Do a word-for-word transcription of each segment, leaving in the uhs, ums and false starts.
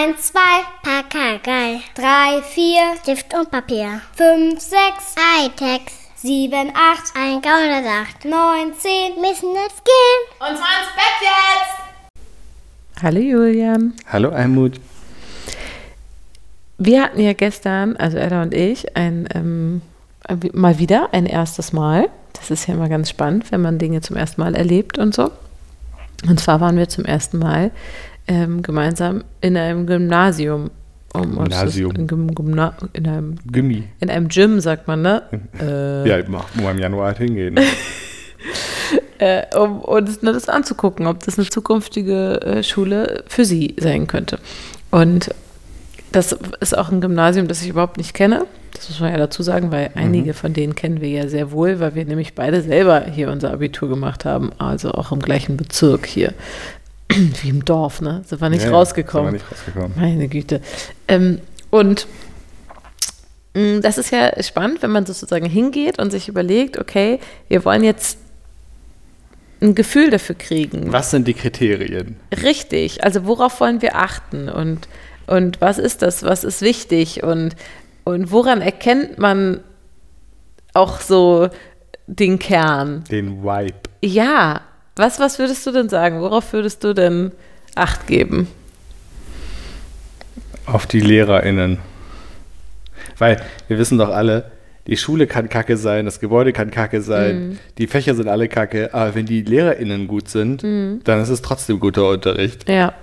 eins, zwei, Pakagei. drei, vier, Stift und Papier. fünf, sechs, Hightech. sieben, acht, ein Gaunersacht. neun, zehn, müssen jetzt gehen. Und zwar ins Bett jetzt. Hallo Julian. Hallo Almut. Wir hatten ja gestern, also Ella und ich, ein ähm, mal wieder ein erstes Mal. Das ist ja immer ganz spannend, wenn man Dinge zum ersten Mal erlebt und so. Und zwar waren wir zum ersten Mal ähm, gemeinsam in einem Gymnasium. Um Gymnasium. In, Gym, Gymna, in, einem, Gymmi. in einem Gym, sagt man, ne? äh, ja, wo wir im Januar halt hingehen. äh, um uns das anzugucken, ob das eine zukünftige äh, Schule für sie sein könnte. Und das ist auch ein Gymnasium, das ich überhaupt nicht kenne. Das muss man ja dazu sagen, weil mhm. einige von denen kennen wir ja sehr wohl, weil wir nämlich beide selber hier unser Abitur gemacht haben, also auch im gleichen Bezirk hier. Wie im Dorf, ne? Sind wir nicht ja, rausgekommen. Sind wir nicht rausgekommen. Meine Güte. Ähm, und mh, das ist ja spannend, wenn man sozusagen hingeht und sich überlegt, okay, wir wollen jetzt ein Gefühl dafür kriegen. Was sind die Kriterien? Richtig, also worauf wollen wir achten und, und was ist das, was ist wichtig und, und woran erkennt man auch so den Kern? Den Vibe. Ja, Was, was würdest du denn sagen? Worauf würdest du denn Acht geben? Auf die LehrerInnen. Weil wir wissen doch alle, die Schule kann kacke sein, das Gebäude kann kacke sein, mm. die Fächer sind alle kacke, aber wenn die LehrerInnen gut sind, mm. dann ist es trotzdem guter Unterricht. Ja.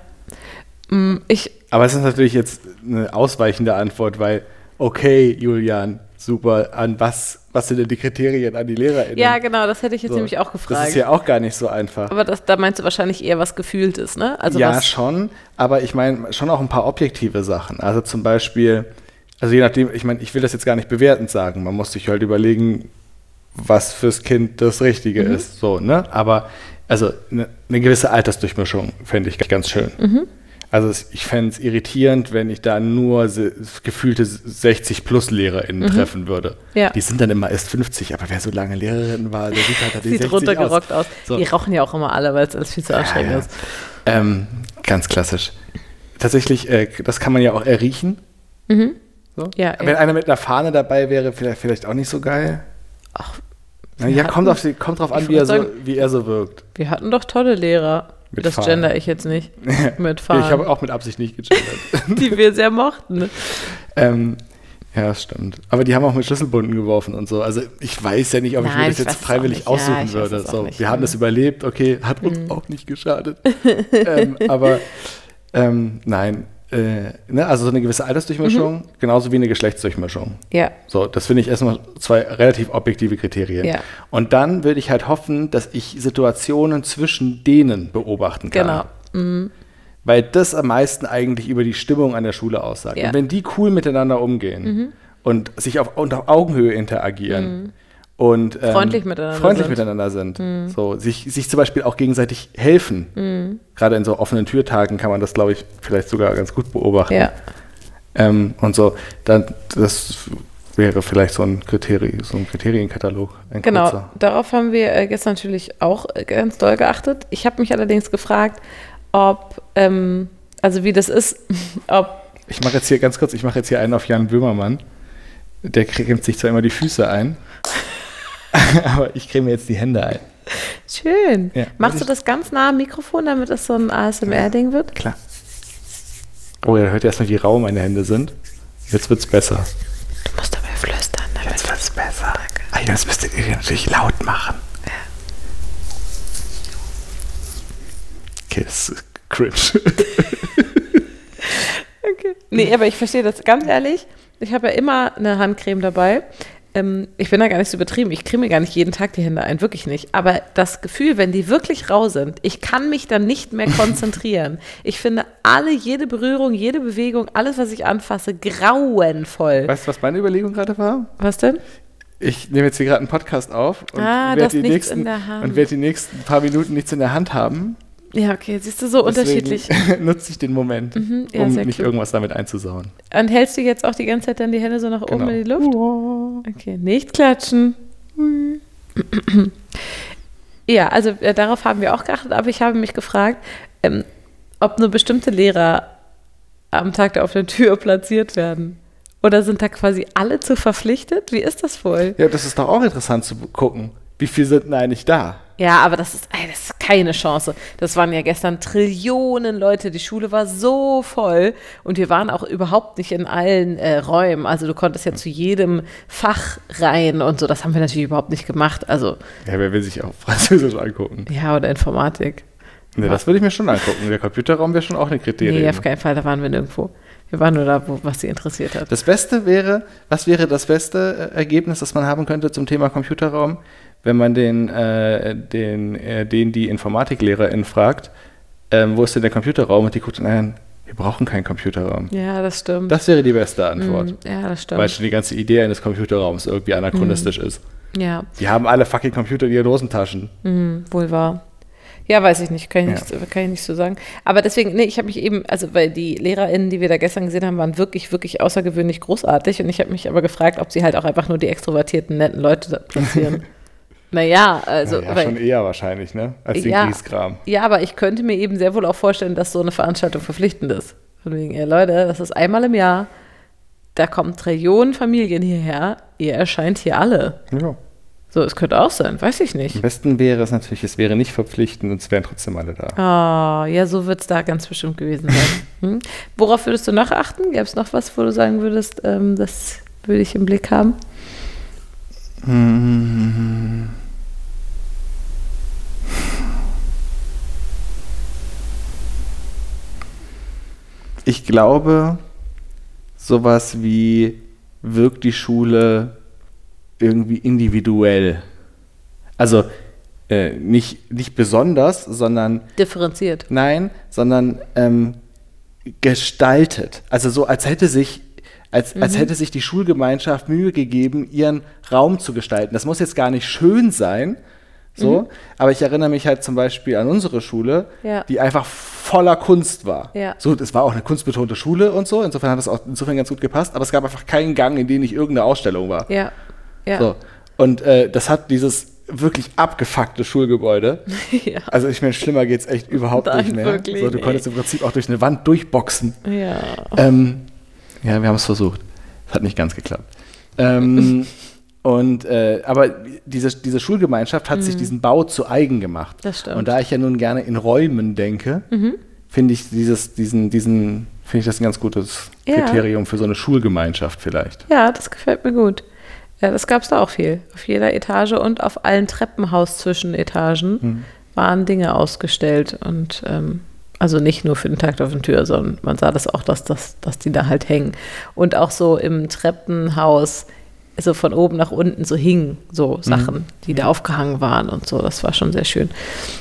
Ich, aber es ist natürlich jetzt eine ausweichende Antwort, weil, okay, Julian, super, an was, was sind denn die Kriterien an die LehrerInnen? Ja, genau, das hätte ich jetzt so, nämlich auch gefragt. Das ist ja auch gar nicht so einfach. Aber das, da meinst du wahrscheinlich eher was Gefühltes, ne? Also ja, was schon, aber ich meine schon auch ein paar objektive Sachen. Also zum Beispiel, also je nachdem, ich meine, ich will das jetzt gar nicht bewertend sagen, man muss sich halt überlegen, was fürs Kind das Richtige mhm. ist, so, ne? Aber also eine, eine gewisse Altersdurchmischung fände ich ganz schön. Mhm. Also ich fände es irritierend, wenn ich da nur se- gefühlte sechzig-plus-LehrerInnen mhm. treffen würde. Ja. Die sind dann immer erst fünfzig, aber wer so lange Lehrerin war, der sieht halt da die sieht sechzig runtergerockt aus. aus. So. Die rauchen ja auch immer alle, weil es alles viel zu anstrengend ja, ja. ist. Ähm, ganz klassisch. Tatsächlich, äh, das kann man ja auch erriechen. Mhm. So. Ja, wenn ja. einer mit einer Fahne dabei wäre, vielleicht, vielleicht auch nicht so geil. Ach, Na, ja, kommt, auf die, kommt drauf an, wie er, so, wie er so wirkt. Wir hatten doch tolle Lehrer. Mit das Fahnen. gender ich jetzt nicht. Mit Fahnen. Ich habe auch mit Absicht nicht gegendert. Die wir sehr mochten. ähm, ja, das stimmt. Aber die haben auch mit Schlüsselbunden geworfen und so. Also ich weiß ja nicht, ob Nein, ich mir das ich jetzt freiwillig aussuchen ja, würde. So, nicht. wir haben das überlebt, okay, hat uns mhm. auch nicht geschadet. ähm, aber ähm, nein, äh, ne, also so eine gewisse Altersdurchmischung, mhm. genauso wie eine Geschlechtsdurchmischung. Ja. So, das finde ich erstmal zwei relativ objektive Kriterien. Ja. Und dann würde ich halt hoffen, dass ich Situationen zwischen denen beobachten kann. Genau. Mhm. Weil das am meisten eigentlich über die Stimmung an der Schule aussagt. Ja. Und wenn die cool miteinander umgehen mhm. und sich auf, und auf Augenhöhe interagieren mhm. und ähm, freundlich miteinander freundlich sind, miteinander sind mhm. so, sich, sich zum Beispiel auch gegenseitig helfen. Mhm. Gerade in so offenen Türtagen kann man das, glaube ich, vielleicht sogar ganz gut beobachten. Ja. Ähm, und so, dann das wäre vielleicht so ein Kriterium, so ein Kriterienkatalog. Ein genau, kurzer. Darauf haben wir äh, gestern natürlich auch äh, ganz doll geachtet. Ich habe mich allerdings gefragt, ob, ähm, also wie das ist, ob... Ich mache jetzt hier ganz kurz, ich mache jetzt hier einen auf Jan Böhmermann. Der cremt sich zwar immer die Füße ein, aber ich creme jetzt die Hände ein. Schön. Ja, Machst du das ganz nah am Mikrofon, damit das so ein A S M R-Ding wird? Klar. Oh, ihr hört erstmal, wie rau meine Hände sind. Jetzt wird's besser. Du musst dabei flüstern. Jetzt wird's besser. Ah, das müsstet ihr natürlich laut machen. Ja. Okay, das ist cringe. Okay. Nee, aber ich verstehe das ganz ehrlich. Ich habe ja immer eine Handcreme dabei. Ähm, ich bin da gar nicht so übertrieben. Ich creme mir gar nicht jeden Tag die Hände ein, wirklich nicht. Aber das Gefühl, wenn die wirklich rau sind, ich kann mich dann nicht mehr konzentrieren. Ich finde alle, jede Berührung, jede Bewegung, alles, was ich anfasse, grauenvoll. Weißt du, was meine Überlegung gerade war? Was denn? Ich nehme jetzt hier gerade einen Podcast auf und ah, werde die, werd die nächsten paar Minuten nichts in der Hand haben. Ja, okay, siehst du, so Deswegen unterschiedlich. nutze ich den Moment, mhm, ja, um nicht klug. irgendwas damit einzusauen. Und hältst du jetzt auch die ganze Zeit dann die Hände so nach genau. oben in die Luft? Okay, nicht klatschen. Ja, also äh, darauf haben wir auch geachtet, aber ich habe mich gefragt, ähm, ob nur bestimmte Lehrer am Tag der offenen Tür platziert werden? Oder sind da quasi alle zu verpflichtet? Wie ist das wohl? Ja, das ist doch auch interessant zu gucken. Wie viel sind denn eigentlich da? Ja, aber das ist, ey, das ist keine Chance. Das waren ja gestern Trillionen Leute. Die Schule war so voll und wir waren auch überhaupt nicht in allen äh, Räumen. Also du konntest ja zu jedem Fach rein und so. Das haben wir natürlich überhaupt nicht gemacht. Also ja, wer will sich auch Französisch angucken? Ja, oder Informatik. Nee, das würde ich mir schon angucken. Der Computerraum wäre schon auch eine Kriterien. Nee, auf keinen Fall. Da waren wir nirgendwo. Wir waren nur da, wo, was sie interessiert hat. Das Beste wäre, was wäre das beste Ergebnis, das man haben könnte zum Thema Computerraum? Wenn man den, äh, den, äh, den die Informatiklehrerin fragt, ähm, wo ist denn der Computerraum? Und die guckt dann an, wir brauchen keinen Computerraum. Ja, das stimmt. Das wäre die beste Antwort. Mm, ja, das stimmt. Weil schon die ganze Idee eines Computerraums irgendwie anachronistisch mm. ist. Ja. Die haben alle fucking Computer in ihren Hosentaschen. Mm, wohl wahr. Ja, weiß ich nicht, kann ich, ja. nicht, kann ich nicht so sagen. Aber deswegen, nee, ich habe mich eben, also weil die LehrerInnen, die wir da gestern gesehen haben, waren wirklich, wirklich außergewöhnlich großartig. Und ich habe mich aber gefragt, ob sie halt auch einfach nur die extrovertierten, netten Leute platzieren. Naja, also. Ja, weil, schon eher wahrscheinlich, ne? Als den ja, Grießkram. Ja, aber ich könnte mir eben sehr wohl auch vorstellen, dass so eine Veranstaltung verpflichtend ist. Von wegen, ey Leute, das ist einmal im Jahr, da kommen Trillionen Familien hierher, ihr erscheint hier alle. Ja. So, es könnte auch sein, weiß ich nicht. Am besten wäre es natürlich, es wäre nicht verpflichtend und es wären trotzdem alle da. Ah, oh, ja, so wird es da ganz bestimmt gewesen sein. Hm? Worauf würdest du noch achten? Gäbe es noch was, wo du sagen würdest, ähm, das würde ich im Blick haben? Ich glaube, sowas wie wirkt die Schule irgendwie individuell. Also äh, nicht, nicht besonders, sondern differenziert. Nein, sondern ähm, gestaltet. Also so, als hätte sich Als, mhm. als hätte sich die Schulgemeinschaft Mühe gegeben, ihren Raum zu gestalten. Das muss jetzt gar nicht schön sein, so, mhm. aber ich erinnere mich halt zum Beispiel an unsere Schule, ja. die einfach voller Kunst war. Ja. So, das war auch eine kunstbetonte Schule und so, insofern hat das auch insofern ganz gut gepasst, aber es gab einfach keinen Gang, in dem nicht irgendeine Ausstellung war. Ja. Ja. So. Und äh, das hat dieses wirklich abgefuckte Schulgebäude. Ja. Also ich meine, schlimmer geht's echt überhaupt Nein, nicht mehr. Wirklich, so, du ey. konntest im Prinzip auch durch eine Wand durchboxen. Ja. Ähm, Ja, wir haben es versucht. Es hat nicht ganz geklappt. Ähm, und, äh, aber diese, diese Schulgemeinschaft hat mhm. sich diesen Bau zu eigen gemacht. Das stimmt. Und da ich ja nun gerne in Räumen denke, mhm. finde ich dieses, diesen, diesen, finde ich das ein ganz gutes ja. Kriterium für so eine Schulgemeinschaft vielleicht. Ja, das gefällt mir gut. Ja, das gab es da auch viel. Auf jeder Etage und auf allen Treppenhaus-Zwischenetagen mhm. waren Dinge ausgestellt und ähm, also nicht nur für den Tag der offenen Tür, sondern man sah das auch, dass, dass, dass die da halt hängen. Und auch so im Treppenhaus, so von oben nach unten so hingen so Sachen, mhm. die da aufgehangen waren und so. Das war schon sehr schön.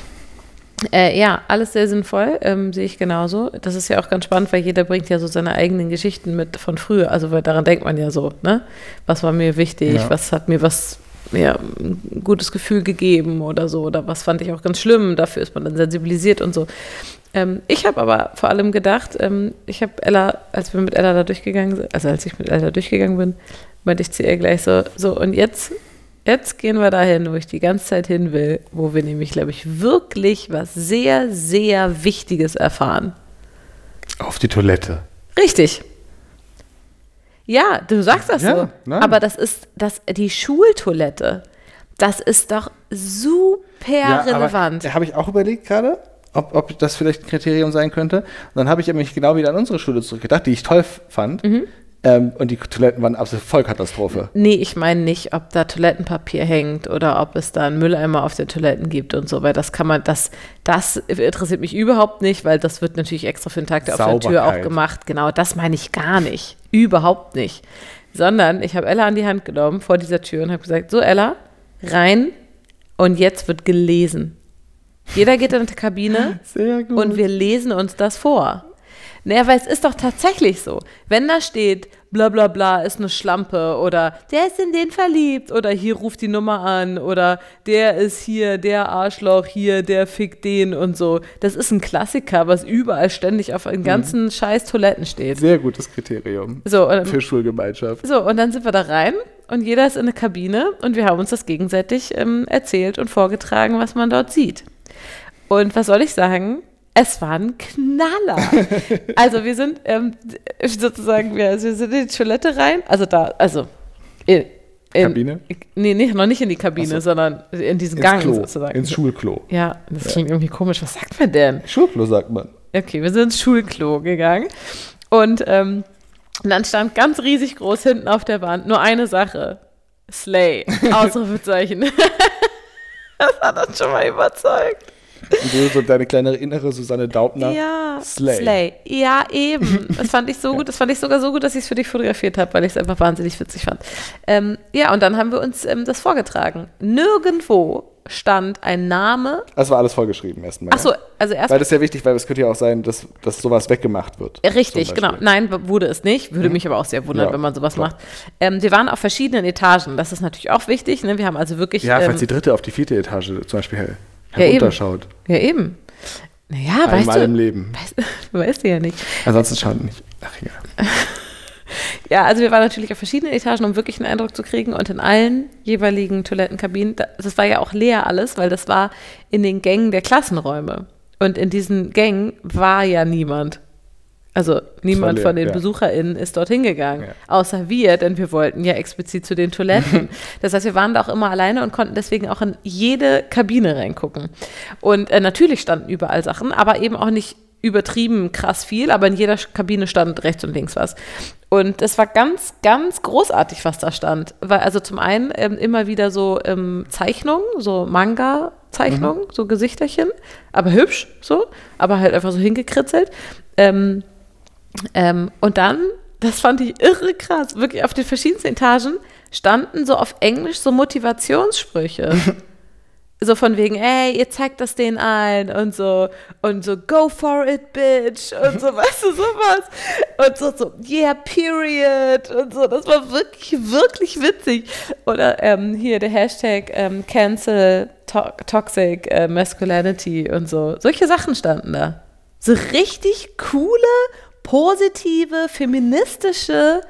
Äh, ja, alles sehr sinnvoll, ähm, sehe ich genauso. Das ist ja auch ganz spannend, weil jeder bringt ja so seine eigenen Geschichten mit von früher. Also weil daran denkt man ja so, ne? Was war mir wichtig, ja. was hat mir was ja, ein gutes Gefühl gegeben oder so. Oder was fand ich auch ganz schlimm, dafür ist man dann sensibilisiert und so. Ähm, ich habe aber vor allem gedacht, ähm, ich habe Ella, als wir mit Ella da durchgegangen sind, also als ich mit Ella durchgegangen bin, meinte ich zu ihr gleich so, so und jetzt, jetzt gehen wir dahin, wo ich die ganze Zeit hin will, wo wir nämlich, glaube ich, wirklich was sehr, sehr Wichtiges erfahren. Auf die Toilette. Richtig. Ja, du sagst das ja, so, nein. aber das ist das, die Schultoilette, das ist doch super ja, relevant. Da habe ich auch überlegt gerade, ob, ob das vielleicht ein Kriterium sein könnte. Und dann habe ich mich genau wieder an unsere Schule zurückgedacht, die ich toll fand. Mhm. Ähm, und die Toiletten waren absolut Vollkatastrophe. Nee, ich meine nicht, ob da Toilettenpapier hängt oder ob es da einen Mülleimer auf den Toiletten gibt und so, weil das kann man, das, das interessiert mich überhaupt nicht, weil das wird natürlich extra für den Tag der offenen Tür auch gemacht. Genau, das meine ich gar nicht. Überhaupt nicht. Sondern ich habe Ella an die Hand genommen vor dieser Tür und habe gesagt, so Ella, rein und jetzt wird gelesen. Jeder geht in die Kabine Sehr gut. Und wir lesen uns das vor. Naja, weil es ist doch tatsächlich so. Wenn da steht, bla bla bla ist eine Schlampe oder der ist in den verliebt oder hier ruft die Nummer an oder der ist hier, der Arschloch hier, der fickt den und so. Das ist ein Klassiker, was überall ständig auf den ganzen mhm. scheiß Toiletten steht. Sehr gutes Kriterium so, und, für Schulgemeinschaft. So, und dann sind wir da rein und jeder ist in eine Kabine und wir haben uns das gegenseitig ähm, erzählt und vorgetragen, was man dort sieht. Und was soll ich sagen? Es war ein Knaller. Also wir sind ähm, sozusagen, wir, also wir sind in die Toilette rein, also da, also in, in Kabine? Nee, nee, noch nicht in die Kabine, so. sondern in diesen Ins Gang Klo, sozusagen. ins Schulklo. Ja, das Ja. klingt irgendwie komisch. Was sagt man denn? Schulklo sagt man. Okay, wir sind ins Schulklo gegangen und ähm, dann stand ganz riesig groß hinten auf der Wand nur eine Sache. Slay. Ausrufezeichen. Das hat uns schon mal überzeugt. Und du so deine kleine innere Susanne Daubner. Ja, Slay. Slay. Ja, eben. Das fand ich so gut. Das fand ich sogar so gut, dass ich es für dich fotografiert habe, weil ich es einfach wahnsinnig witzig fand. Ähm, ja, und dann haben wir uns ähm, das vorgetragen. Nirgendwo stand ein Name. Das war alles vorgeschrieben erstmal. Ach so, also erst. Weil das ist ja wichtig, weil es könnte ja auch sein, dass, dass sowas weggemacht wird. Richtig, zum genau. Beispiel. Nein, wurde es nicht. Würde mich aber auch sehr wundern, Ja, wenn man sowas klar. macht. Ähm, wir waren auf verschiedenen Etagen. Das ist natürlich auch wichtig. Ne? Wir haben also wirklich. Ja, falls ähm, die dritte auf die vierte Etage zum Beispiel her- Ja, eben. herunterschaut. ja, eben. Naja, weißt Einmal du. im Leben. Weißt, du weißt du ja nicht. Ansonsten schaut nicht. Ach, egal. Ja, also wir waren natürlich auf verschiedenen Etagen, um wirklich einen Eindruck zu kriegen und in allen jeweiligen Toilettenkabinen, da- das war ja auch leer alles, weil das war in den Gängen der Klassenräume. Und in diesen Gängen war ja niemand. Also niemand leer, von den ja. BesucherInnen ist dorthin gegangen, Ja. außer wir, denn wir wollten ja explizit zu den Toiletten. Das heißt, wir waren da auch immer alleine und konnten deswegen auch in jede Kabine reingucken. Und äh, natürlich standen überall Sachen, aber eben auch nicht übertrieben krass viel, aber in jeder Kabine stand rechts und links was. Und es war ganz, ganz großartig, was da stand. Weil also zum einen ähm, immer wieder so ähm, Zeichnungen, so Manga-Zeichnungen, so Gesichterchen, aber hübsch so, aber halt einfach so hingekritzelt. Ähm, ähm, und dann, das fand ich irre krass, wirklich auf den verschiedensten Etagen standen so auf Englisch so Motivationssprüche. So von wegen, ey, ihr zeigt das denen allen und so und so, go for it, bitch und so, weißt du, sowas. Und so, so, yeah, period und so, das war wirklich, wirklich witzig. Oder ähm, hier der Hashtag ähm, cancel to- toxic äh, masculinity und so. Solche Sachen standen da. So richtig coole, positive, feministische,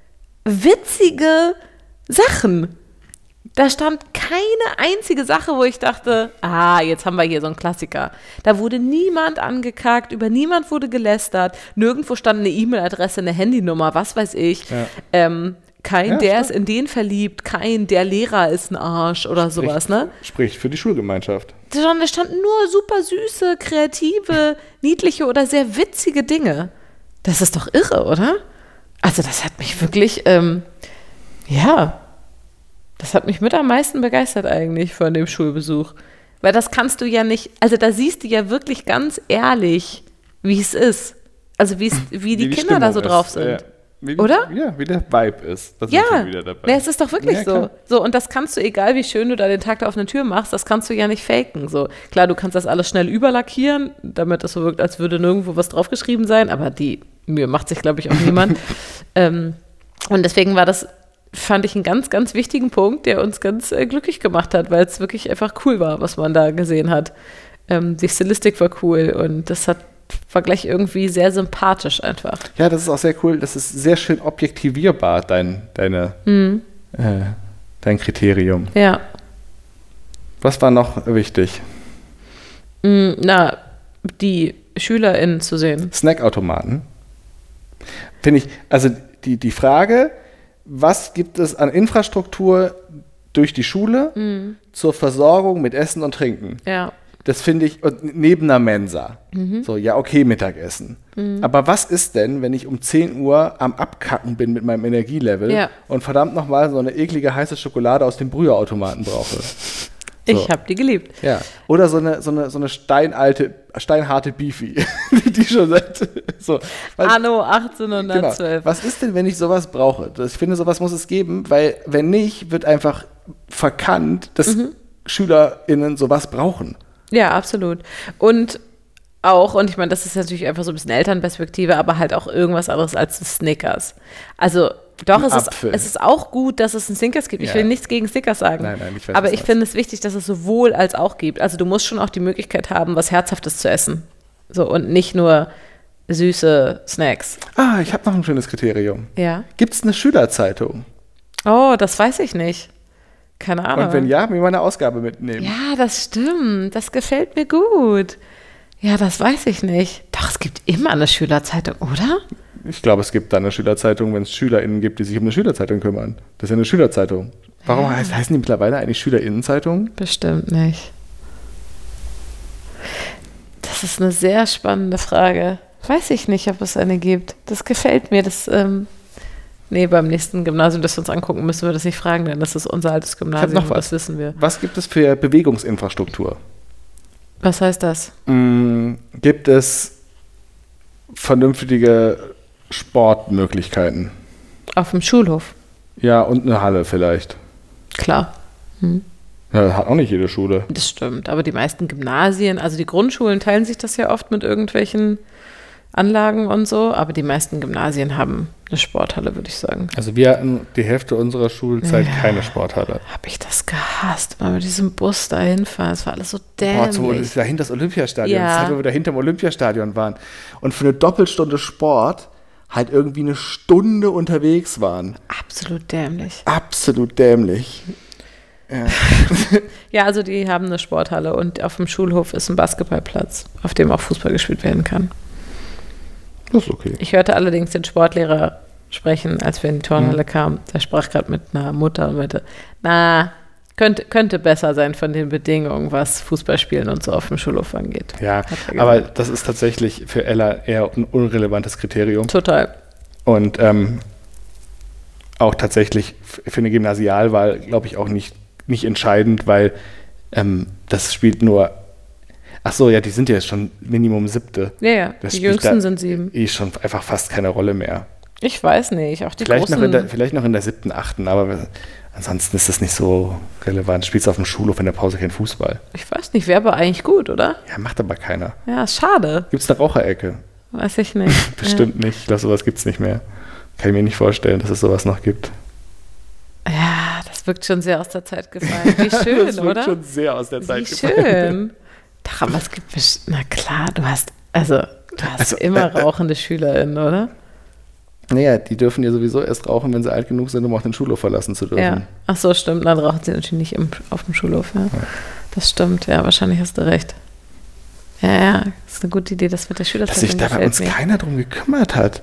witzige Sachen. Da stand keine einzige Sache, wo ich dachte, ah, jetzt haben wir hier so einen Klassiker. Da wurde niemand angekackt, über niemand wurde gelästert, nirgendwo stand eine E-Mail-Adresse, eine Handynummer, was weiß ich. Ja. Ähm, kein, Ja, der stimmt. ist in den verliebt, kein, der Lehrer ist ein Arsch oder sowas, ne? Spricht für die Schulgemeinschaft. Sondern da standen nur super süße, kreative, niedliche oder sehr witzige Dinge. Das ist doch irre, oder? Also das hat mich wirklich, ähm, ja, das hat mich mit am meisten begeistert eigentlich von dem Schulbesuch. Weil das kannst du ja nicht, also da siehst du ja wirklich ganz ehrlich, wie es ist. Also wie es, wie die, Kinder da so Stimmung drauf ist. sind. Ja. Wie, Oder? Ja, wie der Vibe ist. Das Ja, sind wir wieder dabei. nee, es ist doch wirklich Ja, so. klar. So, und das kannst du, egal wie schön du da den Tag da auf eine Tür machst, das kannst du ja nicht faken. So, klar, du kannst das alles schnell überlackieren, damit es so wirkt, als würde nirgendwo was draufgeschrieben sein, aber die Mühe macht sich, glaube ich, auch niemand. ähm, und deswegen war das, fand ich einen ganz, ganz wichtigen Punkt, der uns ganz äh, glücklich gemacht hat, weil es wirklich einfach cool war, was man da gesehen hat. Ähm, die Stilistik war cool und das hat war gleich irgendwie sehr sympathisch einfach. Ja, das ist auch sehr cool. Das ist sehr schön objektivierbar, dein, deine, Mhm. äh, dein Kriterium. Ja. Was war noch wichtig? Mm, Na, die SchülerInnen zu sehen. Snackautomaten. Finde ich, also die, die Frage, was gibt es an Infrastruktur durch die Schule Mhm. zur Versorgung mit Essen und Trinken? Ja. Das finde ich, und neben einer Mensa. Mhm. So, ja, okay, Mittagessen. Aber was ist denn, wenn ich um zehn Uhr am Abkacken bin mit meinem Energielevel Ja. und verdammt nochmal so eine eklige heiße Schokolade aus dem Brüherautomaten brauche? Ich So. habe die geliebt. Ja. Oder so eine, so eine, so eine steinalte, steinharte Beefy, die schon seit. So. Weil- Anno Genau. achtzehnhundertzwölf. Was ist denn, wenn ich sowas brauche? Das, ich finde, sowas muss es geben, weil wenn nicht, wird einfach verkannt, dass Mhm. SchülerInnen sowas brauchen. Ja, absolut. Und auch, und ich meine, das ist natürlich einfach so ein bisschen Elternperspektive, aber halt auch irgendwas anderes als Snickers. Also doch, Ein es ist, Apfel. es ist auch gut, dass es einen Snickers gibt. Ich Ja. will nichts gegen Snickers sagen. Nein, nein, ich weiß, aber was ich du finde es wichtig, dass es sowohl als auch gibt. Also du musst schon auch die Möglichkeit haben, was Herzhaftes zu essen. So, und nicht nur süße Snacks. Ah, ich habe noch ein schönes Kriterium. Ja. Gibt es eine Schülerzeitung? Oh, das weiß ich nicht. Keine Ahnung. Und wenn ja, mir mal eine Ausgabe mitnehmen. Ja, das stimmt. Das gefällt mir gut. Ja, das weiß ich nicht. Doch, es gibt immer eine Schülerzeitung, oder? Ich glaube, es gibt da eine Schülerzeitung, wenn es SchülerInnen gibt, die sich um eine Schülerzeitung kümmern. Das ist ja eine Schülerzeitung. Warum Ja. heißt, heißen die mittlerweile eigentlich SchülerInnenzeitung? Bestimmt nicht. Das ist eine sehr spannende Frage. Weiß ich nicht, ob es eine gibt. Das gefällt mir. Das, ähm, nee, beim nächsten Gymnasium, das wir uns angucken, müssen wir das nicht fragen, denn das ist unser altes Gymnasium. noch was. Das wissen wir. Was gibt es für Bewegungsinfrastruktur? Was heißt das? Mm, gibt es vernünftige Sportmöglichkeiten? Auf dem Schulhof. Ja, und eine Halle vielleicht. Klar. Hm. Ja, hat auch nicht jede Schule. Das stimmt. Aber die meisten Gymnasien, also die Grundschulen teilen sich das ja oft mit irgendwelchen Anlagen und so, aber die meisten Gymnasien haben eine Sporthalle, würde ich sagen. Also wir hatten die Hälfte unserer Schulzeit Ja. keine Sporthalle. Habe ich das gehasst, mal mit diesem Bus da hinfahren. Das war alles so Boah, zum, dämlich. das ist dahinter das Olympiastadion. Ja. Das ist halt, wo wir dahinter im Olympiastadion waren. Und für eine Doppelstunde Sport halt irgendwie eine Stunde unterwegs waren. Absolut dämlich. Absolut dämlich. Ja. Ja, also die haben eine Sporthalle und auf dem Schulhof ist ein Basketballplatz, auf dem auch Fußball gespielt werden kann. Das ist okay. Ich hörte allerdings den Sportlehrer sprechen, als wir in die Turnhalle kamen. Der sprach gerade mit einer Mutter und meinte, na, könnte, könnte besser sein von den Bedingungen, was Fußballspielen und so auf dem Schulhof angeht. Ja, Hat er gesagt. aber das ist tatsächlich für Ella eher ein unrelevantes Kriterium. Total. Und ähm, auch tatsächlich f- für eine Gymnasialwahl, glaube ich, auch nicht, nicht entscheidend, weil ähm, das spielt nur. Ach so, ja, die sind ja jetzt schon Minimum siebte. Ja, ja, Das die spielt Jüngsten da sind sieben. Eh schon einfach fast keine Rolle mehr. Ich weiß nicht, auch die Vielleicht großen. noch, in der, vielleicht noch in der siebten, achten, aber ansonsten ist das nicht so relevant. Spielst auf dem Schulhof in der Pause kein Fußball. Ich weiß nicht, wäre aber eigentlich gut, oder? Ja, macht aber keiner. Ja, ist schade. Gibt es eine Raucherecke? Weiß ich nicht. Bestimmt nicht. Ich glaube, sowas gibt es nicht mehr. Kann ich mir nicht vorstellen, dass es sowas noch gibt. Ja. ja, das wirkt schon sehr aus der Zeit gefallen. Wie schön, das wird oder? schon sehr aus der Zeit Wie gefallen. schön. Doch, aber es gibt best- na klar, du hast, also, du hast Also, immer äh, äh, rauchende SchülerInnen, oder? Naja, die dürfen ja sowieso erst rauchen, wenn sie alt genug sind, um auch den Schulhof verlassen zu dürfen. Ja. Ach so, stimmt, dann rauchen sie natürlich nicht im, auf dem Schulhof, ja. Das stimmt, ja, wahrscheinlich hast du recht. Ja, ja, das ist eine gute Idee, das mit der Dass Schülerzeitung sich da bei gefällt uns mir. keiner drum gekümmert hat.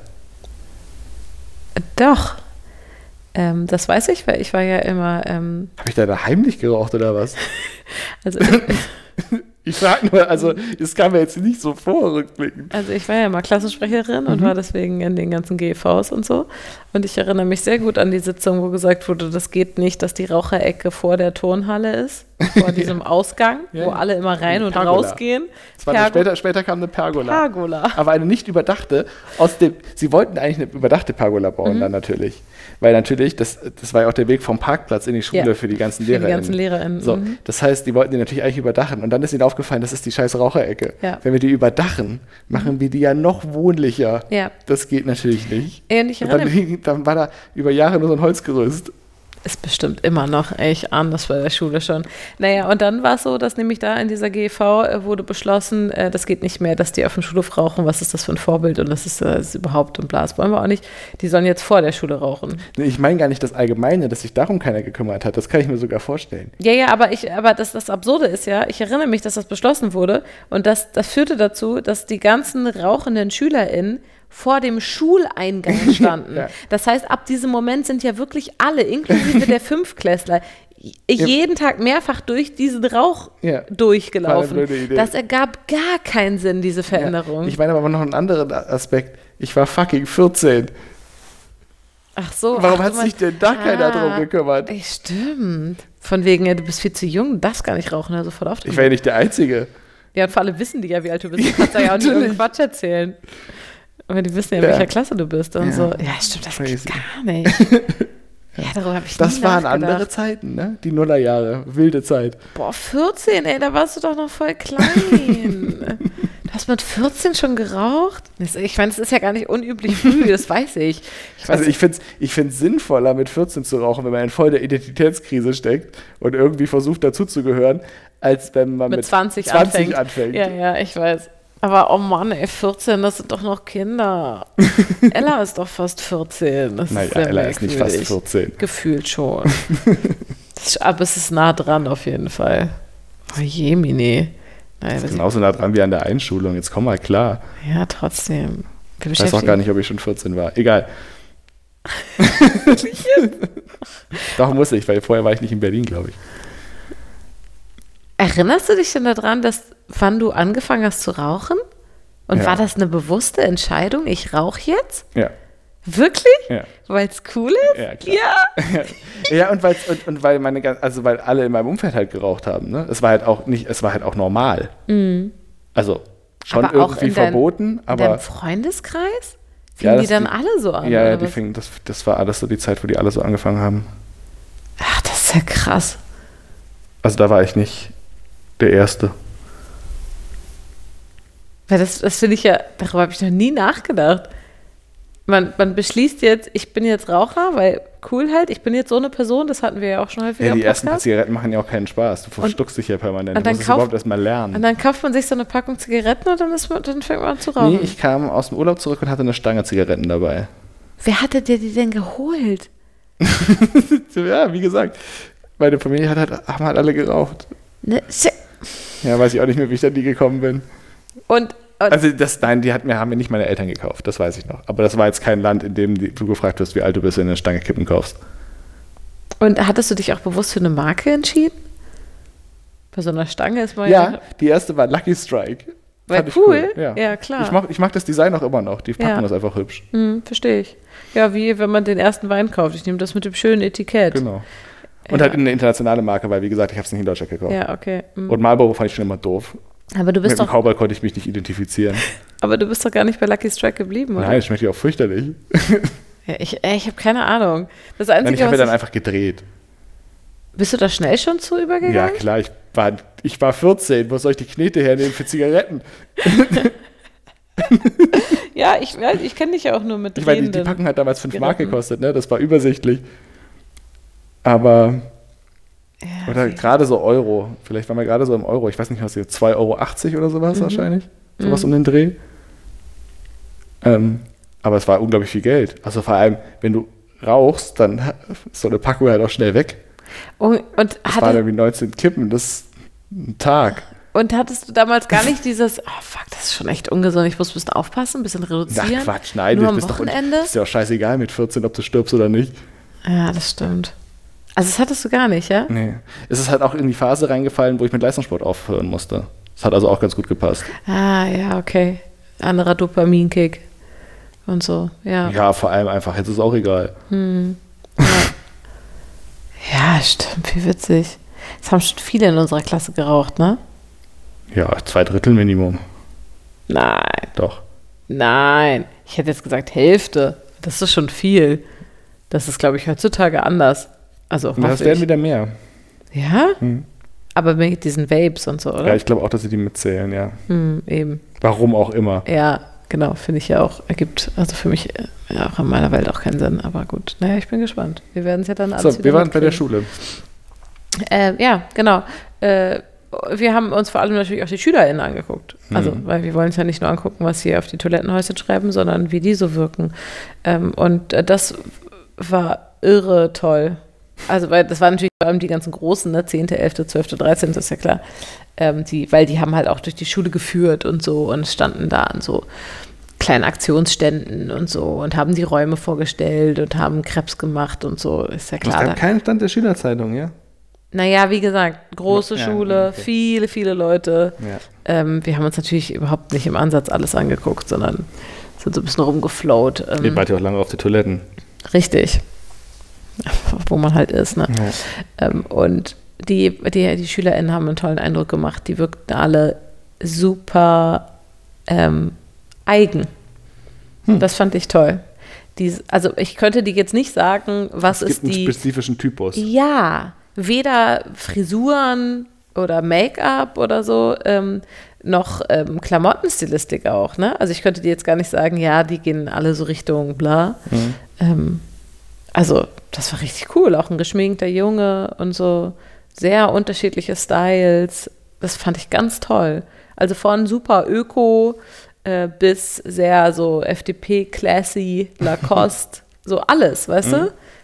Doch. Ähm, das weiß ich, weil ich war ja immer, ähm, Habe ich da, da heimlich geraucht oder was? also Ich frage nur, also es kam mir jetzt nicht so vor, rückblickend. Also ich war ja mal Klassensprecherin und Mhm. war deswegen in den ganzen G E Vs und so. Und ich erinnere mich sehr gut an die Sitzung, wo gesagt wurde, das geht nicht, dass die Raucherecke vor der Turnhalle ist, vor diesem Ausgang, Ja. wo alle immer rein und Pergola. rausgehen. Das war dann Pergo- später, später kam eine Pergola. Pergola. Aber eine nicht überdachte, aus dem, sie wollten eigentlich eine überdachte Pergola bauen Mhm. dann natürlich. Weil natürlich, das, das war ja auch der Weg vom Parkplatz in die Schule Ja, für die ganzen für die LehrerInnen. ganzen LehrerInnen, So, mhm. das heißt, die wollten die natürlich eigentlich überdachen. Und dann ist ihnen aufgefallen, das ist die scheiß Raucherecke. Ja. Wenn wir die überdachen, machen wir die ja noch wohnlicher. Ja. Das geht natürlich nicht. Und ich Und dann, erinnere mich, liegen- dann war da über Jahre nur so ein Holzgerüst. ist bestimmt immer noch, ey, ich ahne das bei der Schule schon. Naja, und dann war es so, dass nämlich da in dieser G E V äh, wurde beschlossen, äh, das geht nicht mehr, dass die auf dem Schulhof rauchen, was ist das für ein Vorbild und das ist, äh, das ist überhaupt und bla, das wollen wir auch nicht. Die sollen jetzt vor der Schule rauchen. Nee, Ich meine gar nicht das Allgemeine, dass sich darum keiner gekümmert hat. Das kann ich mir sogar vorstellen. Ja, ja, aber ich, aber das, das Absurde ist ja, ich erinnere mich, dass das beschlossen wurde und das, das führte dazu, dass die ganzen rauchenden SchülerInnen vor dem Schuleingang standen. Ja. Das heißt, ab diesem Moment sind ja wirklich alle, inklusive der Fünftklässler, j- jeden Tag mehrfach durch diesen Rauch Ja. durchgelaufen. War eine blöde Idee. Das ergab gar keinen Sinn, diese Veränderung. Ja. Ich meine aber noch einen anderen Aspekt. Ich war fucking vierzehn. Ach so. Warum ach, hat du sich meinst- denn da keiner Ah, drum gekümmert? ey, Stimmt. Von wegen, ja, du bist viel zu jung, du darfst gar nicht rauchen, hör sofort auf. Ich war ja nicht der Einzige. Ja, und vor allem wissen die ja, wie alt du bist. Du kannst ja, ja auch nicht Natürlich. irgendeinen Quatsch erzählen. Aber die wissen ja, in Ja. welcher Klasse du bist und Ja. so. Ja, stimmt, das Crazy. geht gar nicht. Ja, darüber habe ich Das nie waren nachgedacht. andere Zeiten, ne? Die Nullerjahre. Wilde Zeit. Boah, vierzehn, ey, da warst du doch noch voll klein. Du hast mit vierzehn schon geraucht? Das- Ich meine, es ist ja gar nicht unüblich früh, das weiß ich. Ich weiß, Also ich finde es ich find's sinnvoller, mit vierzehn zu rauchen, wenn man in voll der Identitätskrise steckt und irgendwie versucht, dazuzugehören, als wenn man mit, mit, zwanzig, zwanzig anfängt. anfängt. Ja, ja, ich weiß. Aber oh Mann, ey, vierzehn, das sind doch noch Kinder. Ella ist doch fast vierzehn. Das Naja, ist sehr Ella ist nicht fast merkwürdig. vierzehn. Gefühlt schon. Das ist, aber es ist nah dran auf jeden Fall. Oh je, Mini. Das ist genauso nah dran wie an der Einschulung. Jetzt komm mal klar. Ja, trotzdem. Wir ich weiß auch gar nicht, ob ich schon vierzehn war. Egal. Doch, muss ich, weil vorher war ich nicht in Berlin, glaube ich. Erinnerst du dich denn daran, dass wann du angefangen hast zu rauchen? Und ja. war das eine bewusste Entscheidung? Ich rauche jetzt? Ja. Wirklich? Ja. Weil es cool ist? Ja, klar. Ja, ja und, und, und weil meine, also weil alle in meinem Umfeld halt geraucht haben. Ne? Es war halt auch nicht, es war halt auch normal. Mhm. Also schon aber irgendwie dein, verboten, aber. In deinem Freundeskreis? Fingen ja, die dann die, alle so an? Ja, ja die fingen, das, das war alles so die Zeit, wo die alle so angefangen haben. Ach, das ist ja krass. Also da war ich nicht der Erste. Weil das, das finde ich ja, darüber habe ich noch nie nachgedacht. Man, man beschließt jetzt, ich bin jetzt Raucher, weil cool halt, ich bin jetzt so eine Person, das hatten wir ja auch schon häufiger. Ja, die ersten Zigaretten machen ja auch keinen Spaß. Du verstuckst dich ja permanent. Und dann du musst kauf, es überhaupt erst mal lernen. Und dann kauft man sich so eine Packung Zigaretten und dann, ist man, dann fängt man an zu rauchen. Nee, ich kam aus dem Urlaub zurück und hatte eine Stange Zigaretten dabei. Wer hatte dir die denn geholt? Ja, wie gesagt, meine Familie hat halt, haben halt alle geraucht. Ne, ja, weiß ich auch nicht mehr, wie ich da nie gekommen bin. Und Also das, nein, die hat mir, haben mir nicht meine Eltern gekauft, das weiß ich noch. Aber das war jetzt kein Land, in dem du gefragt wirst, wie alt du bist, wenn du eine Stange Kippen kaufst. Und hattest du dich auch bewusst für eine Marke entschieden? Bei so einer Stange ist man ja... Ja, die erste war Lucky Strike. War cool. cool. Ja. ja, klar. Ich mag, ich mag das Design auch immer noch. Die Packung ja. ist einfach hübsch. Hm, verstehe ich. Ja, wie wenn man den ersten Wein kauft. Ich nehme das mit dem schönen Etikett. Genau. Und ja. halt eine internationale Marke, weil, wie gesagt, ich habe es nicht in Deutschland gekauft. Ja, okay. Mhm. Und Marlboro fand ich schon immer doof. Aber du bist Mit doch... dem Cowboy konnte ich mich nicht identifizieren. Aber du bist doch gar nicht bei Lucky Strike geblieben, oder? Nein, das schmeckt ja auch fürchterlich. Ja, ich ich habe keine Ahnung. Das Einzige, Nein, ich habe ja dann ich... einfach gedreht. Bist du da schnell schon zu übergegangen? Ja, klar. Ich war, ich war vierzehn. Wo soll ich die Knete hernehmen für Zigaretten? Ja, ich, ich kenne dich ja auch nur mit Ich meine, die, die Packung hat damals fünf Mark gekostet, ne? Das war übersichtlich. Aber... Ja, oder gerade so Euro. Vielleicht waren wir gerade so im Euro. Ich weiß nicht, was hier, zwei Euro achtzig oder sowas mhm. wahrscheinlich. Sowas mhm. um den Dreh. Ähm, aber es war unglaublich viel Geld. Also vor allem, wenn du rauchst, dann ist so eine Packung halt auch schnell weg. Und, und das waren irgendwie neunzehn Kippen, das ist ein Tag. Und hattest du damals gar nicht dieses, oh fuck, das ist schon echt ungesund, ich muss ein bisschen aufpassen, ein bisschen reduzieren? Ach Quatsch, nein. Nur am am Wochenende? Doch, ist ja auch scheißegal mit vierzehn, ob du stirbst oder nicht. Ja, das stimmt. Also das hattest du gar nicht, ja? Nee. Es ist halt auch in die Phase reingefallen, wo ich mit Leistungssport aufhören musste. Das hat also auch ganz gut gepasst. Ah, ja, okay. Anderer Dopaminkick und so, ja. Ja, vor allem einfach, jetzt ist es auch egal. Hm. Ja. Ja, stimmt, wie witzig. Es haben schon viele in unserer Klasse geraucht, ne? Ja, zwei Drittel Minimum. Nein. Doch. Nein. Ich hätte jetzt gesagt Hälfte. Das ist schon viel. Das ist, glaube ich, heutzutage anders. Also und das werden wieder mehr. Ja? Hm. Aber mit diesen Vapes und so, oder? Ja, ich glaube auch, dass sie die mitzählen, ja. Hm, eben. Warum auch immer. Ja, genau, finde ich ja auch. Ergibt also für mich ja, auch in meiner Welt auch keinen Sinn. Aber gut, naja, ich bin gespannt. Wir werden es ja dann alles So, wir waren bei der Schule. Äh, ja, genau. Äh, wir haben uns vor allem natürlich auch die SchülerInnen angeguckt. Also, mhm. weil wir wollen uns ja nicht nur angucken, was sie auf die Toilettenhäuschen schreiben, sondern wie die so wirken. Ähm, und äh, das war irre toll. Also, weil das waren natürlich vor allem die ganzen Großen, ne, zehnte, elfte, zwölfte, dreizehnte, ist ja klar. Ähm, die, weil die haben halt auch durch die Schule geführt und so und standen da an so kleinen Aktionsständen und so und haben die Räume vorgestellt und haben Krebs gemacht und so, ist ja klar. Es gab keinen Stand der Schülerzeitung, ja? Naja, wie gesagt, große ja, Schule, okay. viele, viele Leute. Ja. Ähm, wir haben uns natürlich überhaupt nicht im Ansatz alles angeguckt, sondern sind so ein bisschen rumgeflowt. Ähm, Ihr wart ja auch lange auf die Toiletten. Richtig. Wo man halt ist, ne? Ja. Ähm, und die, die, die SchülerInnen haben einen tollen Eindruck gemacht. Die wirkten alle super ähm, eigen. Hm. Das fand ich toll. Die, also ich könnte dir jetzt nicht sagen, was es ist gibt die... einen spezifischen Typus. Ja, weder Frisuren oder Make-up oder so, ähm, noch ähm, Klamottenstilistik auch, ne? Also ich könnte dir jetzt gar nicht sagen, ja, die gehen alle so Richtung bla. Mhm. Ähm, also das war richtig cool, auch ein geschminkter Junge und so sehr unterschiedliche Styles. Das fand ich ganz toll. Also von super Öko äh, bis sehr so F D P, Classy, Lacoste, so alles, weißt mhm. du?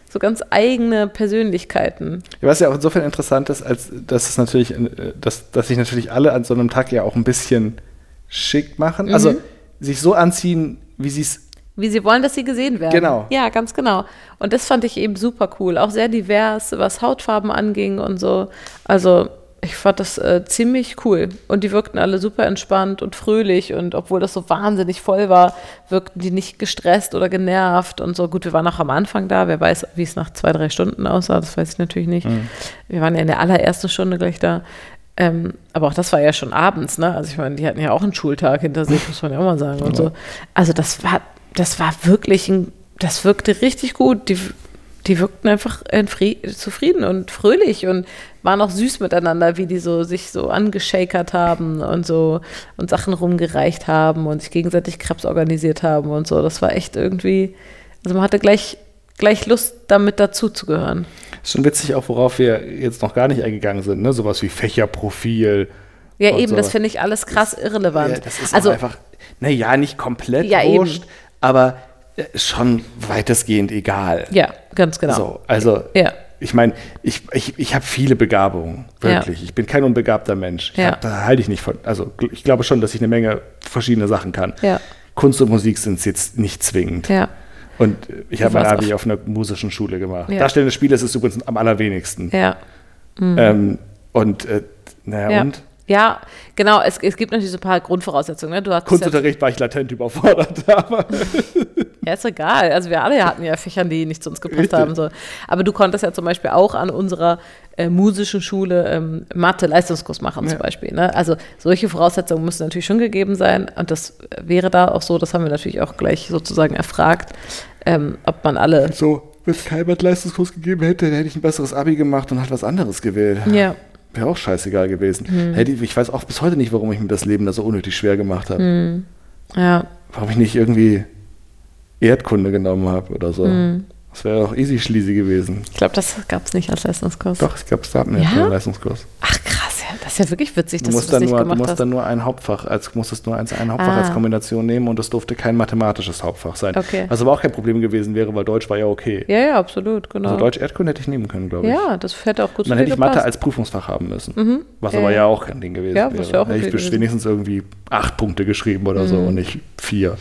so ganz eigene Persönlichkeiten. Ja, was ja auch insofern interessant ist, als dass es natürlich, dass, dass sich natürlich alle an so einem Tag ja auch ein bisschen schick machen. Mhm. Also sich so anziehen, wie sie es Wie sie wollen, dass sie gesehen werden. Genau. Ja, ganz genau. Und das fand ich eben super cool. Auch sehr divers, was Hautfarben anging und so. Also ich fand das äh, ziemlich cool. Und die wirkten alle super entspannt und fröhlich. Und obwohl das so wahnsinnig voll war, wirkten die nicht gestresst oder genervt und so. Gut, wir waren auch am Anfang da. Wer weiß, wie es nach zwei, drei Stunden aussah, das weiß ich natürlich nicht. Mhm. Wir waren ja in der allerersten Stunde gleich da. Ähm, aber auch das war ja schon abends, ne? Also ich meine, die hatten ja auch einen Schultag hinter sich, muss man ja auch mal sagen. Und so. Also das war... Das war wirklich, ein, das wirkte richtig gut. Die, die wirkten einfach zufrieden und fröhlich und waren auch süß miteinander, wie die so sich so angeschakert haben und so und Sachen rumgereicht haben und sich gegenseitig Krebs organisiert haben und so. Das war echt irgendwie, also man hatte gleich, gleich Lust, damit dazuzugehören. Ist schon witzig auch, worauf wir jetzt noch gar nicht eingegangen sind, ne? Sowas wie Fächerprofil. Ja, eben, so. Das finde ich alles krass das, irrelevant. Ja, das ist also einfach, naja, nicht komplett ja, wurscht. Eben. Aber schon weitestgehend egal. Ja, ganz genau. So, also, ja. ich meine, ich, ich, ich habe viele Begabungen, wirklich. Ja. Ich bin kein unbegabter Mensch. Ja. Hab, da halte ich nicht von. Also, ich glaube schon, dass ich eine Menge verschiedene Sachen kann. Ja. Kunst und Musik sind es jetzt nicht zwingend. Ja. Und ich habe mein Abi auf einer musischen Schule gemacht. Ja. Darstellende Spiele ist es übrigens am allerwenigsten. Ja. Mhm. Ähm, und, äh, naja, ja. und? Ja, genau, es, es gibt natürlich so ein paar Grundvoraussetzungen. Ne? Du hast Kunstunterricht war ich latent überfordert. Aber ja, ist egal. Also wir alle hatten ja Fächern, die nicht zu uns gepasst Richtig. haben. So. Aber du konntest ja zum Beispiel auch an unserer äh, musischen Schule ähm, Mathe-Leistungskurs machen ja. zum Beispiel. Ne? Also solche Voraussetzungen müssen natürlich schon gegeben sein. Und das wäre da auch so, das haben wir natürlich auch gleich sozusagen erfragt, ähm, ob man alle... So, wenn es keinen Mathe-Leistungskurs gegeben hätte, dann hätte ich ein besseres Abi gemacht und hat was anderes gewählt. Ja. Wäre auch scheißegal gewesen. Hm. Hätte ich, ich weiß auch bis heute nicht, warum ich mir das Leben da so unnötig schwer gemacht habe. Hm. Ja. Warum ich nicht irgendwie Erdkunde genommen habe oder so. Hm. Das wäre auch easy schleasy gewesen. Ich glaube, das gab es nicht als Leistungskurs. Doch, ich glaube, es gab einen ja? Leistungskurs. Ach krass, ja, das ist ja wirklich witzig, dass du, musst du das nicht nur, gemacht Du musst hast. dann nur ein Hauptfach, als musstest nur ein, ein Hauptfach ah. als Kombination nehmen und es durfte kein mathematisches Hauptfach sein. Okay. Was aber auch kein Problem gewesen wäre, weil Deutsch war ja okay. Ja, ja, absolut, genau. Also Deutsch-Erdkunde hätte ich nehmen können, glaube ich. Ja, das hätte auch gut zu Dann dir hätte ich gepasst. Mathe als Prüfungsfach haben müssen. Mhm. Was ja, aber ja ja auch kein Ding gewesen ja, wäre. Ja auch okay hätte ich gewesen. wenigstens irgendwie acht Punkte geschrieben oder mhm. so und nicht vier.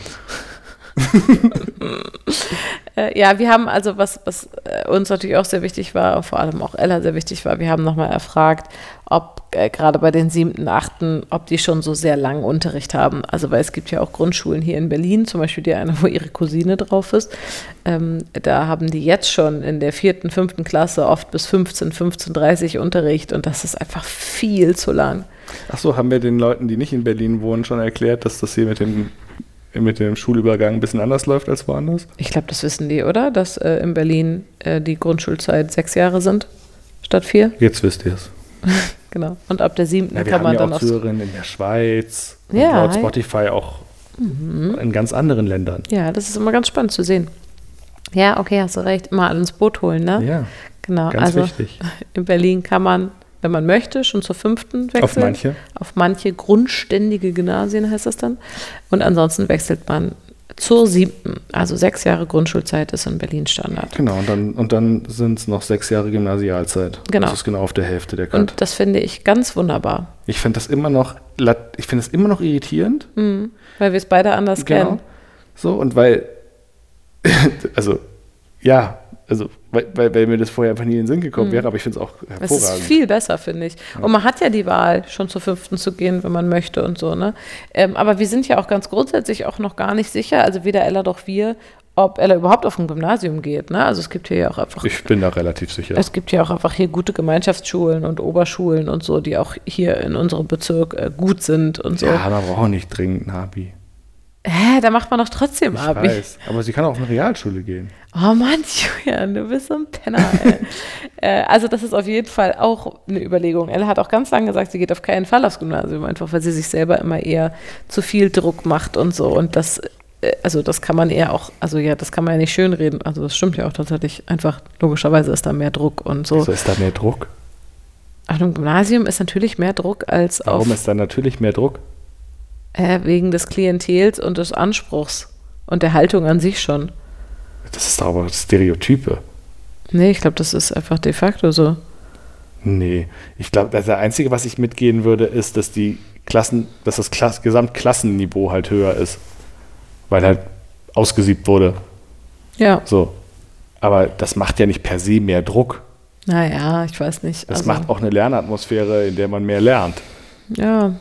äh, ja, wir haben also, was, was äh, uns natürlich auch sehr wichtig war, vor allem auch Ella sehr wichtig war, wir haben nochmal erfragt, ob äh, gerade bei den siebten, achten, ob die schon so sehr langen Unterricht haben. Also, weil es gibt ja auch Grundschulen hier in Berlin, zum Beispiel die eine, wo ihre Cousine drauf ist. Ähm, da haben die jetzt schon in der vierten, fünften Klasse oft bis fünfzehn, fünfzehn Uhr dreißig Unterricht und das ist einfach viel zu lang. Ach so, haben wir den Leuten, die nicht in Berlin wohnen, schon erklärt, dass das hier mit dem mit dem Schulübergang ein bisschen anders läuft als woanders? Ich glaube, das wissen die, oder? Dass äh, in Berlin äh, die Grundschulzeit sechs Jahre sind, statt vier. Jetzt wisst ihr es. Genau. Und ab der siebten ja, kann man ja dann auch aufs... Zuhörerinnen in der Schweiz und ja, laut Spotify auch mhm. in ganz anderen Ländern. Ja, das ist immer ganz spannend zu sehen. Ja, okay, hast du recht. Immer alle ins Boot holen, ne? Ja, genau. ganz also, wichtig. In Berlin kann man, wenn man möchte, schon zur fünften wechseln. Auf manche. Auf manche grundständige Gymnasien heißt das dann. Und ansonsten wechselt man zur siebten. Also sechs Jahre Grundschulzeit ist in Berlin Standard. Genau, und dann, und dann sind es noch sechs Jahre Gymnasialzeit. Genau. Das ist genau auf der Hälfte der Cut. Und das finde ich ganz wunderbar. Ich finde das immer noch, ich finde das immer noch irritierend. Mhm, weil wir es beide anders genau. kennen. So, und weil, also, ja, also, weil, weil, weil mir das vorher einfach nie in den Sinn gekommen mhm. wäre, aber ich finde es auch hervorragend. Es ist viel besser, finde ich. Ja. Und man hat ja die Wahl, schon zur fünften zu gehen, wenn man möchte und so, ne? Ähm, aber wir sind ja auch ganz grundsätzlich auch noch gar nicht sicher, also weder Ella noch wir, ob Ella überhaupt auf ein Gymnasium geht, ne? Also es gibt hier ja auch einfach... Ich bin da relativ sicher. Es gibt ja auch einfach hier gute Gemeinschaftsschulen und Oberschulen und so, die auch hier in unserem Bezirk äh, gut sind und so. Ja, man braucht auch nicht dringend ein Abi. Hä, da macht man doch trotzdem ich Abi. Weiß, aber sie kann auch auf eine Realschule gehen. Oh Mann, Julian, du bist so ein Penner, ey. äh, also das ist auf jeden Fall auch eine Überlegung. Ella hat auch ganz lange gesagt, sie geht auf keinen Fall aufs Gymnasium, einfach weil sie sich selber immer eher zu viel Druck macht und so. Und das, äh, also das kann man eher auch, also ja, das kann man ja nicht schönreden. Also das stimmt ja auch tatsächlich. Einfach, logischerweise ist da mehr Druck und so. Also ist da mehr Druck? Auf einem Gymnasium ist natürlich mehr Druck als Warum auf... Warum auf, ist da natürlich mehr Druck? Äh, wegen des Klientels und des Anspruchs und der Haltung an sich schon. Das ist aber Stereotype. Nee, ich glaube, das ist einfach de facto so. Nee, ich glaube, das Einzige, was ich mitgehen würde, ist, dass die Klassen, dass das Klass- Gesamtklassenniveau halt höher ist. Weil halt ausgesiebt wurde. Ja. So. Aber das macht ja nicht per se mehr Druck. Naja, ich weiß nicht. Das also, macht auch eine Lernatmosphäre, in der man mehr lernt. Ja.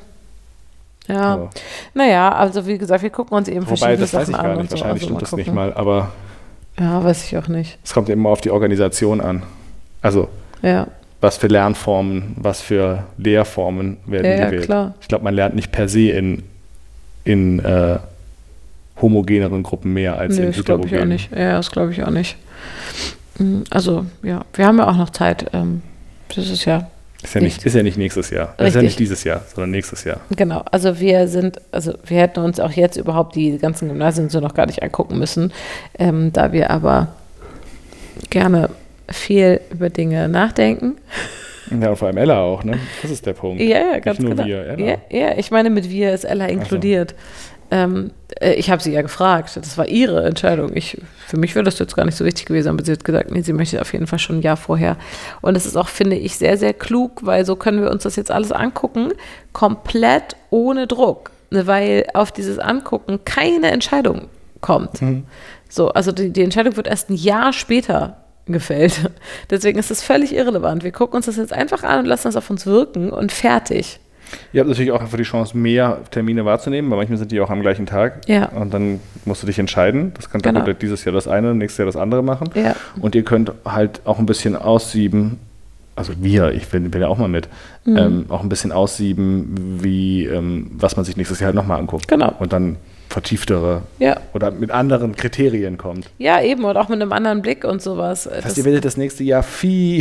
Ja. So. Naja, also wie gesagt, wir gucken uns eben Wobei, verschiedene das weiß Sachen ich an gar und nicht. so. Wahrscheinlich Also stimmt das nicht gucken. mal, aber Ja, weiß ich auch nicht. es kommt immer auf die Organisation an. Also, Ja. was für Lernformen, was für Lehrformen werden Ja, ja, gewählt. klar. Ich glaube, man lernt nicht per se in, in äh, homogeneren Gruppen mehr als Nö, in das glaube ich auch heterogenen. nicht. Ja, das glaube ich auch nicht. Mm, Also, ja, wir haben ja auch noch Zeit. Ähm, das ist ja, Ist ja nicht, ist ja nicht nächstes Jahr. Das ist ja Richtig. nicht dieses Jahr, sondern nächstes Jahr. genau. Also wir sind, also wir hätten uns auch jetzt überhaupt die ganzen Gymnasien so noch gar nicht angucken müssen, ähm, da wir aber gerne viel über Dinge nachdenken. Ja, und vor allem Ella auch, ne? Das ist der Punkt. Ja, ja, ganz nicht nur genau. wir, Ella. Ja, ja, ich meine, mit wir ist Ella inkludiert. Ähm, äh, ich habe sie ja gefragt. Das war ihre Entscheidung. Ich, für mich wäre das jetzt gar nicht so wichtig gewesen, aber sie hat gesagt, nee, sie möchte auf jeden Fall schon ein Jahr vorher. Und das ist auch, finde ich, sehr, sehr klug, weil so können wir uns das jetzt alles angucken, komplett ohne Druck, weil auf dieses Angucken keine Entscheidung kommt. Mhm. So, also die, die Entscheidung wird erst ein Jahr später gefällt. Deswegen ist es völlig irrelevant. Wir gucken uns das jetzt einfach an und lassen das auf uns wirken und fertig. Ihr habt natürlich auch einfach die Chance, mehr Termine wahrzunehmen, weil manchmal sind die auch am gleichen Tag. Ja. Und dann musst du dich entscheiden. Das kann Genau. dann dieses Jahr das eine, nächstes Jahr das andere machen. Ja. Und ihr könnt halt auch ein bisschen aussieben, also wir, ich bin, bin ja auch mal mit, Mhm. ähm, auch ein bisschen aussieben, wie, ähm, was man sich nächstes Jahr halt nochmal anguckt. Genau. Und dann vertieftere Ja. oder mit anderen Kriterien kommt. Ja, eben, und auch mit einem anderen Blick und sowas. Das heißt, Das- ihr werdet das nächste Jahr viel,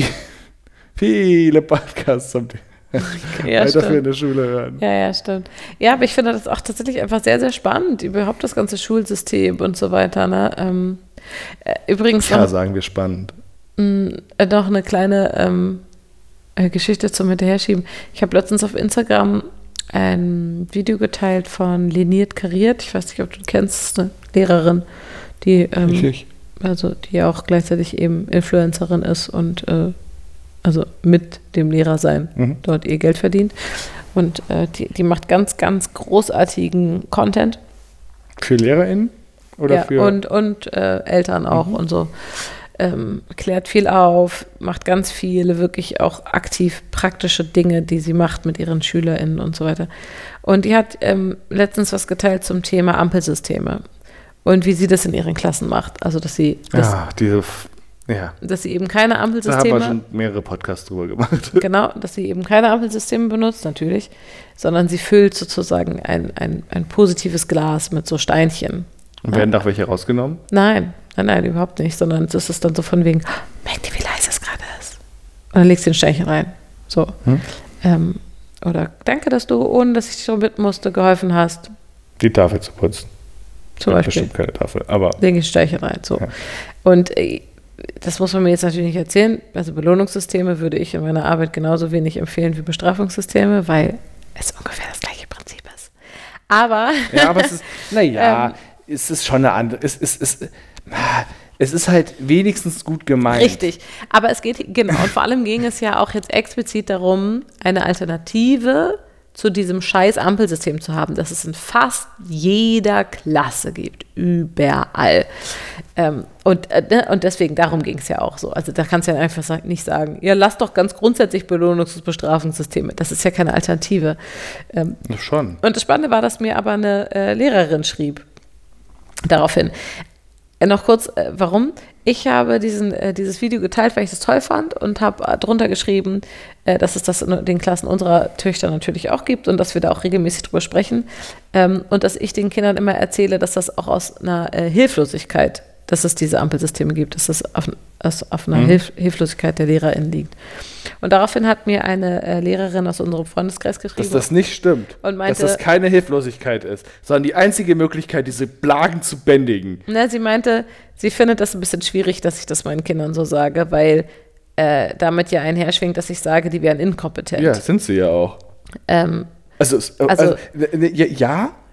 viele Podcasts zum ja, weiter für stimmt. in der Schule hören. Ja, ja, stimmt. Ja, aber ich finde das auch tatsächlich einfach sehr, sehr spannend, überhaupt das ganze Schulsystem und so weiter. Ne? Ähm, äh, übrigens Ja, noch, sagen wir spannend. mh, äh, noch eine kleine ähm, äh, Geschichte zum Hinterherschieben. Ich habe letztens auf Instagram ein Video geteilt von Leniert Kariert. Ich weiß nicht, ob du die kennst, das ist eine Lehrerin, die, ähm, Richtig. also, die auch gleichzeitig eben Influencerin ist und äh, also mit dem Lehrersein Mhm. dort ihr Geld verdient. Und äh, die, die macht ganz, ganz großartigen Content. Für LehrerInnen? Oder Ja, für. und und äh, Eltern auch und so. Ähm, klärt viel auf, macht ganz viele wirklich auch aktiv praktische Dinge, die sie macht mit ihren SchülerInnen und so weiter. Und die hat ähm, letztens was geteilt zum Thema Ampelsysteme und wie sie das in ihren Klassen macht. Also, dass sie, dass, ja, diese. F- Ja. dass sie eben keine Da haben wir Ampelsysteme schon mehrere Podcasts drüber gemacht. Genau, dass sie eben keine Ampelsysteme benutzt, natürlich, sondern sie füllt sozusagen ein, ein, ein positives Glas mit so Steinchen. Und werden doch welche rausgenommen? Nein, nein, nein, überhaupt nicht, sondern es ist dann so von wegen, oh, merkt ihr, wie leise es gerade ist? Und dann legst du ein Steinchen rein. So. Hm? Ähm, oder danke, dass du, ohne dass ich dich so mit musste, geholfen hast. Die Tafel zu putzen. Zum Ja, Beispiel. bestimmt keine Tafel, aber. Lege ich ein Steinchen rein. So. Ja. Und äh, das muss man mir jetzt natürlich nicht erzählen. Also Belohnungssysteme würde ich in meiner Arbeit genauso wenig empfehlen wie Bestrafungssysteme, weil es ungefähr das gleiche Prinzip ist. Aber Ja, aber es ist. Naja, Ähm. es ist schon eine andere. Es, es, es, es ist halt wenigstens gut gemeint. richtig. Aber es geht, genau, und vor allem ging es ja auch jetzt explizit darum, eine Alternative zu diesem scheiß Ampelsystem zu haben, das es in fast jeder Klasse gibt, überall. Ähm, und, äh, ne, und deswegen, darum ging es ja auch so. Also da kannst du ja einfach sa- nicht sagen, ja, lass doch ganz grundsätzlich Belohnungs- und Bestrafungssysteme. Das ist ja keine Alternative. Ähm, Schon. und das Spannende war, dass mir aber eine äh, Lehrerin schrieb daraufhin. Äh, noch kurz, äh, warum? Ich habe diesen, äh, dieses Video geteilt, weil ich das toll fand und habe äh, drunter geschrieben, äh, dass es das in den Klassen unserer Töchter natürlich auch gibt und dass wir da auch regelmäßig drüber sprechen ähm, und dass ich den Kindern immer erzähle, dass das auch aus einer äh, Hilflosigkeit, dass es diese Ampelsysteme gibt, dass das auf, aus, auf einer Mhm. Hilf, Hilflosigkeit der LehrerInnen liegt. Und daraufhin hat mir eine äh, Lehrerin aus unserem Freundeskreis geschrieben. Dass das nicht stimmt. Und meinte- dass das keine Hilflosigkeit ist, sondern die einzige Möglichkeit, diese Plagen zu bändigen. Na, sie meinte, sie findet das ein bisschen schwierig, dass ich das meinen Kindern so sage, weil äh, damit ja einherschwingt, dass ich sage, die wären inkompetent. Ja, sind sie ja auch. Ähm, Also, es- äh, Also- also, äh, ja, ja,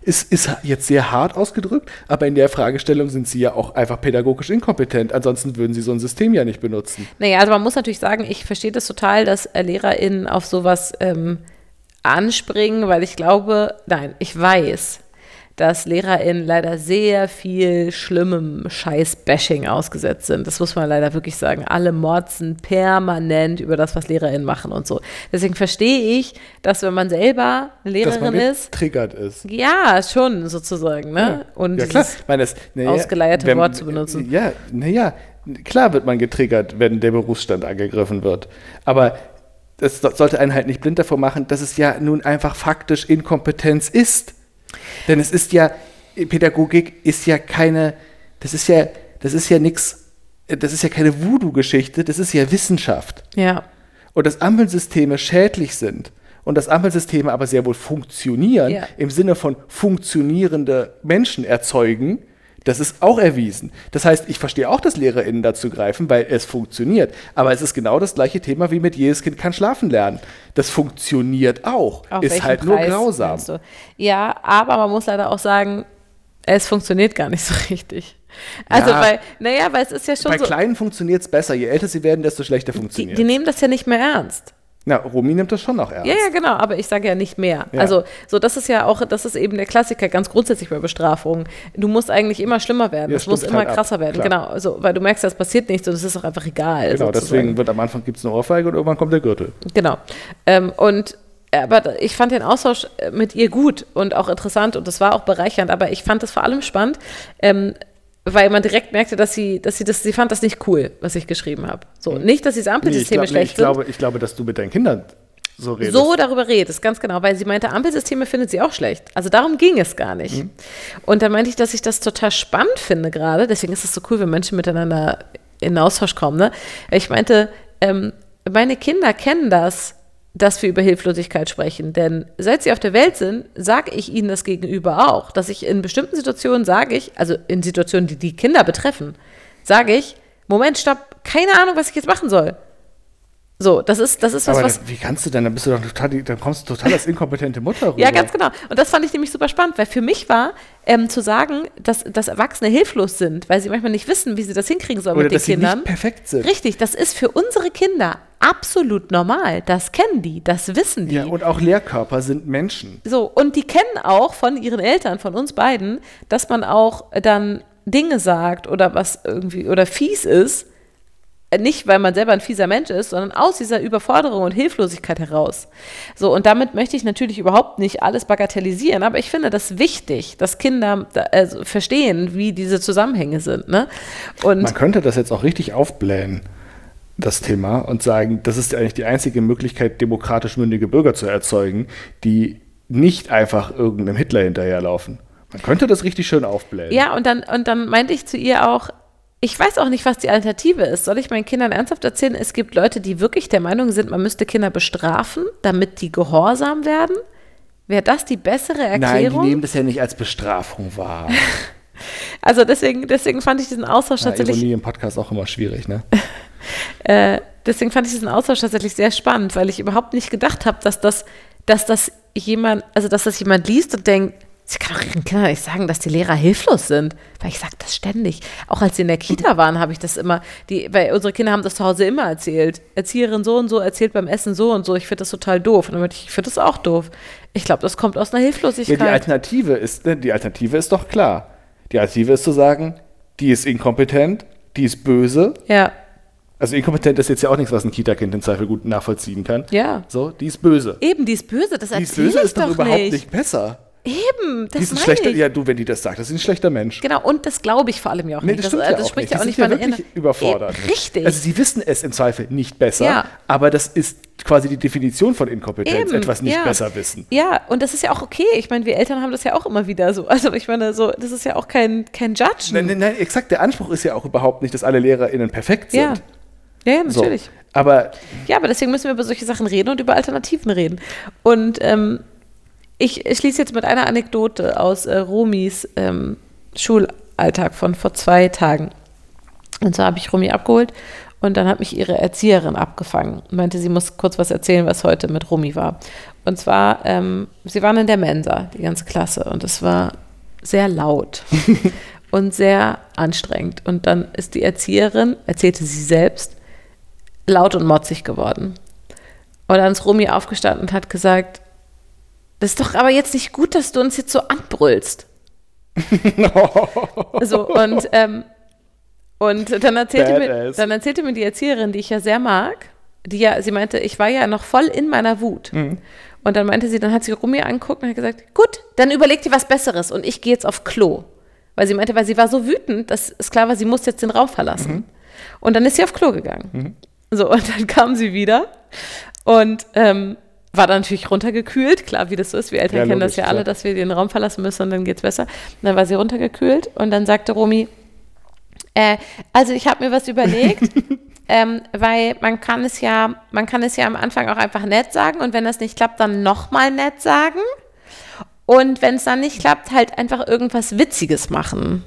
ist, ist jetzt sehr hart ausgedrückt, aber in der Fragestellung sind sie ja auch einfach pädagogisch inkompetent. Ansonsten würden sie so ein System ja nicht benutzen. Naja, also man muss natürlich sagen, ich verstehe das total, dass äh, LehrerInnen auf sowas ähm, anspringen, weil ich glaube, nein, ich weiß, dass LehrerInnen leider sehr viel schlimmem Scheiß-Bashing ausgesetzt sind. Das muss man leider wirklich sagen. Alle motzen permanent über das, was LehrerInnen machen und so. Deswegen verstehe ich, dass wenn man selber eine Lehrerin dass man ist, getriggert ist. Ja, schon sozusagen. Ne? Ja. Und ja, klar. dieses meine, das, na ja, ausgeleierte wenn, Wort zu benutzen. Ja, naja, klar wird man getriggert, wenn der Berufsstand angegriffen wird. Aber das sollte einen halt nicht blind davor machen, dass es ja nun einfach faktisch Inkompetenz ist. Denn es ist ja, Pädagogik ist ja keine, das ist ja, das ist ja nix, das ist ja keine Voodoo-Geschichte, das ist ja Wissenschaft. Ja. Und dass Ampelsysteme schädlich sind und dass Ampelsysteme aber sehr wohl funktionieren, ja. im Sinne von funktionierende Menschen erzeugen, das ist auch erwiesen. Das heißt, ich verstehe auch, dass LehrerInnen dazu greifen, weil es funktioniert. Aber es ist genau das gleiche Thema wie mit jedes Kind kann schlafen lernen. Das funktioniert auch. Auf ist halt Preis, nur grausam. Ja, aber man muss leider auch sagen, es funktioniert gar nicht so richtig. Also, ja, weil, naja, weil es ist ja schon bei so. Bei Kleinen funktioniert es besser. Je älter sie werden, desto schlechter funktioniert Die, die nehmen das ja nicht mehr ernst. Na, Romy nimmt das schon noch ernst. Ja, ja, genau, aber ich sage ja nicht mehr. Ja. Also, so, das ist ja auch, das ist eben der Klassiker, ganz grundsätzlich bei Bestrafungen. Du musst eigentlich immer schlimmer werden, Ja, es muss stumpft immer halt ab, krasser werden, klar. genau, also, weil du merkst, es passiert nichts und es ist auch einfach egal. Genau, sozusagen. deswegen wird am Anfang gibt es eine Ohrfeige und irgendwann kommt der Gürtel. Genau, ähm, und aber ich fand den Austausch mit ihr gut und auch interessant und das war auch bereichernd, aber ich fand das vor allem spannend, ähm, weil man direkt merkte, dass sie, dass sie das, sie fand das nicht cool, was ich geschrieben habe. So, nicht, dass diese Ampelsysteme nee, ich glaub, nee, schlecht ich glaube, sind. ich glaube, dass du mit deinen Kindern so redest. So darüber redest, ganz genau, weil sie meinte, Ampelsysteme findet sie auch schlecht. Also darum ging es gar nicht. Mhm. Und dann meinte ich, dass ich das total spannend finde gerade, deswegen ist es so cool, wenn Menschen miteinander in Austausch kommen. Ne? Ich meinte, ähm, meine Kinder kennen das, dass wir über Hilflosigkeit sprechen. Denn seit sie auf der Welt sind, sage ich ihnen das gegenüber auch. Dass ich in bestimmten Situationen sage ich, also in Situationen, die die Kinder betreffen, sage ich, Moment, stopp, keine Ahnung, was ich jetzt machen soll. So, das ist, das ist was, Aber was... Das, wie kannst du denn, dann bist du doch total, dann kommst du total als inkompetente Mutter rüber. Ja, ganz genau. Und das fand ich nämlich super spannend, weil für mich war, ähm, zu sagen, dass, dass Erwachsene hilflos sind, weil sie manchmal nicht wissen, wie sie das hinkriegen sollen Oder mit den dass sie Kindern. nicht perfekt sind. Richtig, das ist für unsere Kinder absolut normal. Das kennen die, das wissen die. Ja, und auch Lehrkörper sind Menschen. So, und die kennen auch von ihren Eltern, von uns beiden, dass man auch dann Dinge sagt oder was irgendwie, oder fies ist, nicht, weil man selber ein fieser Mensch ist, sondern aus dieser Überforderung und Hilflosigkeit heraus. So, und damit möchte ich natürlich überhaupt nicht alles bagatellisieren, aber ich finde das wichtig, dass Kinder also verstehen, wie diese Zusammenhänge sind. Ne? Und man könnte das jetzt auch richtig aufblähen, das Thema, und sagen, das ist eigentlich die einzige Möglichkeit, demokratisch mündige Bürger zu erzeugen, die nicht einfach irgendeinem Hitler hinterherlaufen. Man könnte das richtig schön aufblähen. Ja, und dann, und dann meinte ich zu ihr auch, ich weiß auch nicht, was die Alternative ist. Soll ich meinen Kindern ernsthaft erzählen, es gibt Leute, die wirklich der Meinung sind, man müsste Kinder bestrafen, damit die gehorsam werden? Wäre das die bessere Erklärung? Nein, die nehmen das ja nicht als Bestrafung wahr. Also deswegen, deswegen fand ich diesen Austausch ja, tatsächlich... Ironie im Podcast auch immer schwierig, ne? äh, deswegen fand ich diesen Austausch tatsächlich sehr spannend, weil ich überhaupt nicht gedacht habe, dass das, dass das jemand, also dass das jemand liest und denkt, sie kann doch ihren Kindern nicht sagen, dass die Lehrer hilflos sind, weil ich sage das ständig. Auch als sie in der Kita waren, habe ich das immer, die, weil unsere Kinder haben das zu Hause immer erzählt. Erzieherin so und so erzählt beim Essen so und so, ich finde das total doof. Und dann meinte ich, ich finde das auch doof. Ich glaube, das kommt aus einer Hilflosigkeit. Ja, die Alternative ist, die Alternative ist doch klar. Die Alternative ist zu sagen, die ist inkompetent, die ist böse. Ja. Also inkompetent ist jetzt ja auch nichts, was ein Kita-Kind im Zweifel gut nachvollziehen kann. Ja. So, die ist böse. Eben, die ist böse, das Die ist erzähle böse ich ist doch doch überhaupt nicht. nicht besser. Eben, das Die ist ein meine schlechter, ich. ja, du, wenn die das sagt, das ist ein schlechter Mensch. Genau, und das glaube ich vor allem ja auch Nee, nicht. das stimmt das, ja das auch spricht nicht. ja auch Die nicht sind ja meine wirklich Inner- überfordert. Eben, richtig. Also sie wissen es im Zweifel nicht besser, Ja. aber das ist quasi die Definition von Inkompetenz, Eben, etwas nicht ja. besser wissen. Ja, und das ist ja auch okay. Ich meine, wir Eltern haben das ja auch immer wieder so. Also ich meine, so, das ist ja auch kein, kein Judgen. Nein, nein, nein, exakt, der Anspruch ist ja auch überhaupt nicht, dass alle LehrerInnen perfekt sind. Ja. Ja, ja, natürlich. So. Aber Ja, aber deswegen müssen wir über solche Sachen reden und über Alternativen reden. Und ähm, ich schließe jetzt mit einer Anekdote aus äh, Romis ähm, Schulalltag von vor zwei Tagen. Und zwar habe ich Romy abgeholt Und dann hat mich ihre Erzieherin abgefangen und meinte, sie muss kurz was erzählen, was heute mit Romy war. Und zwar, ähm, sie waren in der Mensa, die ganze Klasse, und es war sehr laut und sehr anstrengend. Und dann ist die Erzieherin, erzählte sie selbst, laut und motzig geworden. Und dann ist Romy aufgestanden und hat gesagt, das ist doch aber jetzt nicht gut, dass du uns jetzt so anbrüllst. so, und, ähm, und dann erzählte, mir, dann erzählte mir die Erzieherin, die ich ja sehr mag, die ja, sie meinte, ich war ja noch voll in meiner Wut. Mhm. Und dann meinte sie, dann hat sie Romy angeguckt und hat gesagt, gut, dann überleg dir was Besseres und ich gehe jetzt auf Klo. Weil sie meinte, weil sie war so wütend, dass es klar war, sie muss jetzt den Raum verlassen. Mhm. Und dann ist sie auf Klo gegangen. Mhm. So, und dann kam sie wieder und ähm, war dann natürlich runtergekühlt, klar, wie das so ist. Wir Eltern ja, kennen logisch, das ja alle, klar. Dass wir den Raum verlassen müssen und dann geht's besser. Und dann war sie runtergekühlt und dann sagte Romy, äh, also ich habe mir was überlegt, ähm, weil man kann es ja, man kann es ja am Anfang auch einfach nett sagen und wenn das nicht klappt, dann nochmal nett sagen und wenn es dann nicht klappt, halt einfach irgendwas Witziges machen.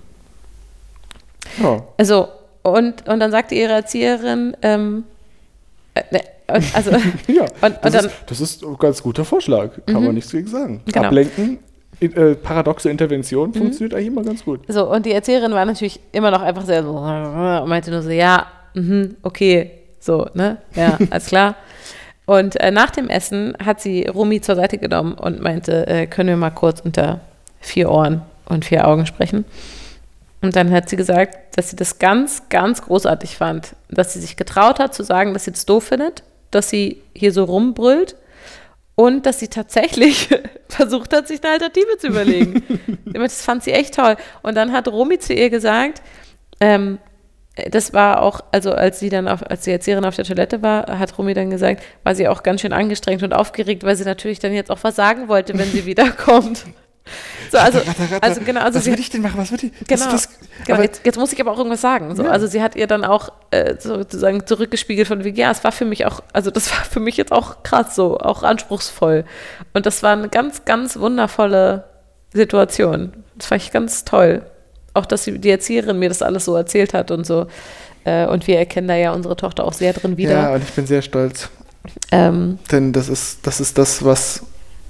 Oh. Also, und, und dann sagte ihre Erzieherin, ähm, äh, also, ja, und, das, und dann, ist, das ist ein ganz guter Vorschlag, kann mhm. man nichts gegen sagen. Genau. Ablenken, äh, paradoxe Intervention mhm. funktioniert eigentlich immer ganz gut. So, und die Erzieherin war natürlich immer noch einfach sehr so und meinte nur so, ja, mh, okay, so, ne, ja, alles klar. Und äh, nach dem Essen hat sie Romy zur Seite genommen und meinte, äh, können wir mal kurz unter vier Ohren und vier Augen sprechen. Und dann hat sie gesagt, dass sie das ganz, ganz großartig fand, dass sie sich getraut hat zu sagen, dass sie es doof findet, dass sie hier so rumbrüllt und dass sie tatsächlich versucht hat, sich eine Alternative zu überlegen. Das fand sie echt toll. Und dann hat Romy zu ihr gesagt, ähm, das war auch, also als sie dann, auf, als die Erzieherin auf der Toilette war, hat Romy dann gesagt, war sie auch ganz schön angestrengt und aufgeregt, weil sie natürlich dann jetzt auch was sagen wollte, wenn sie wiederkommt. So, also, also genau, also was würde ich denn machen? Was würde ich? Genau, das, genau jetzt, jetzt muss ich aber auch irgendwas sagen. So. Ja. Also sie hat ihr dann auch äh, sozusagen zurückgespiegelt von wegen, ja, es war für mich auch, also das war für mich jetzt auch krass so, auch anspruchsvoll. Und das war eine ganz, ganz wundervolle Situation. Das fand ich ganz toll. Auch, dass sie, die Erzieherin mir das alles so erzählt hat und so. Äh, und wir erkennen da ja unsere Tochter auch sehr drin wieder. Ja, und ich bin sehr stolz. Ähm, Denn das ist, das ist das, was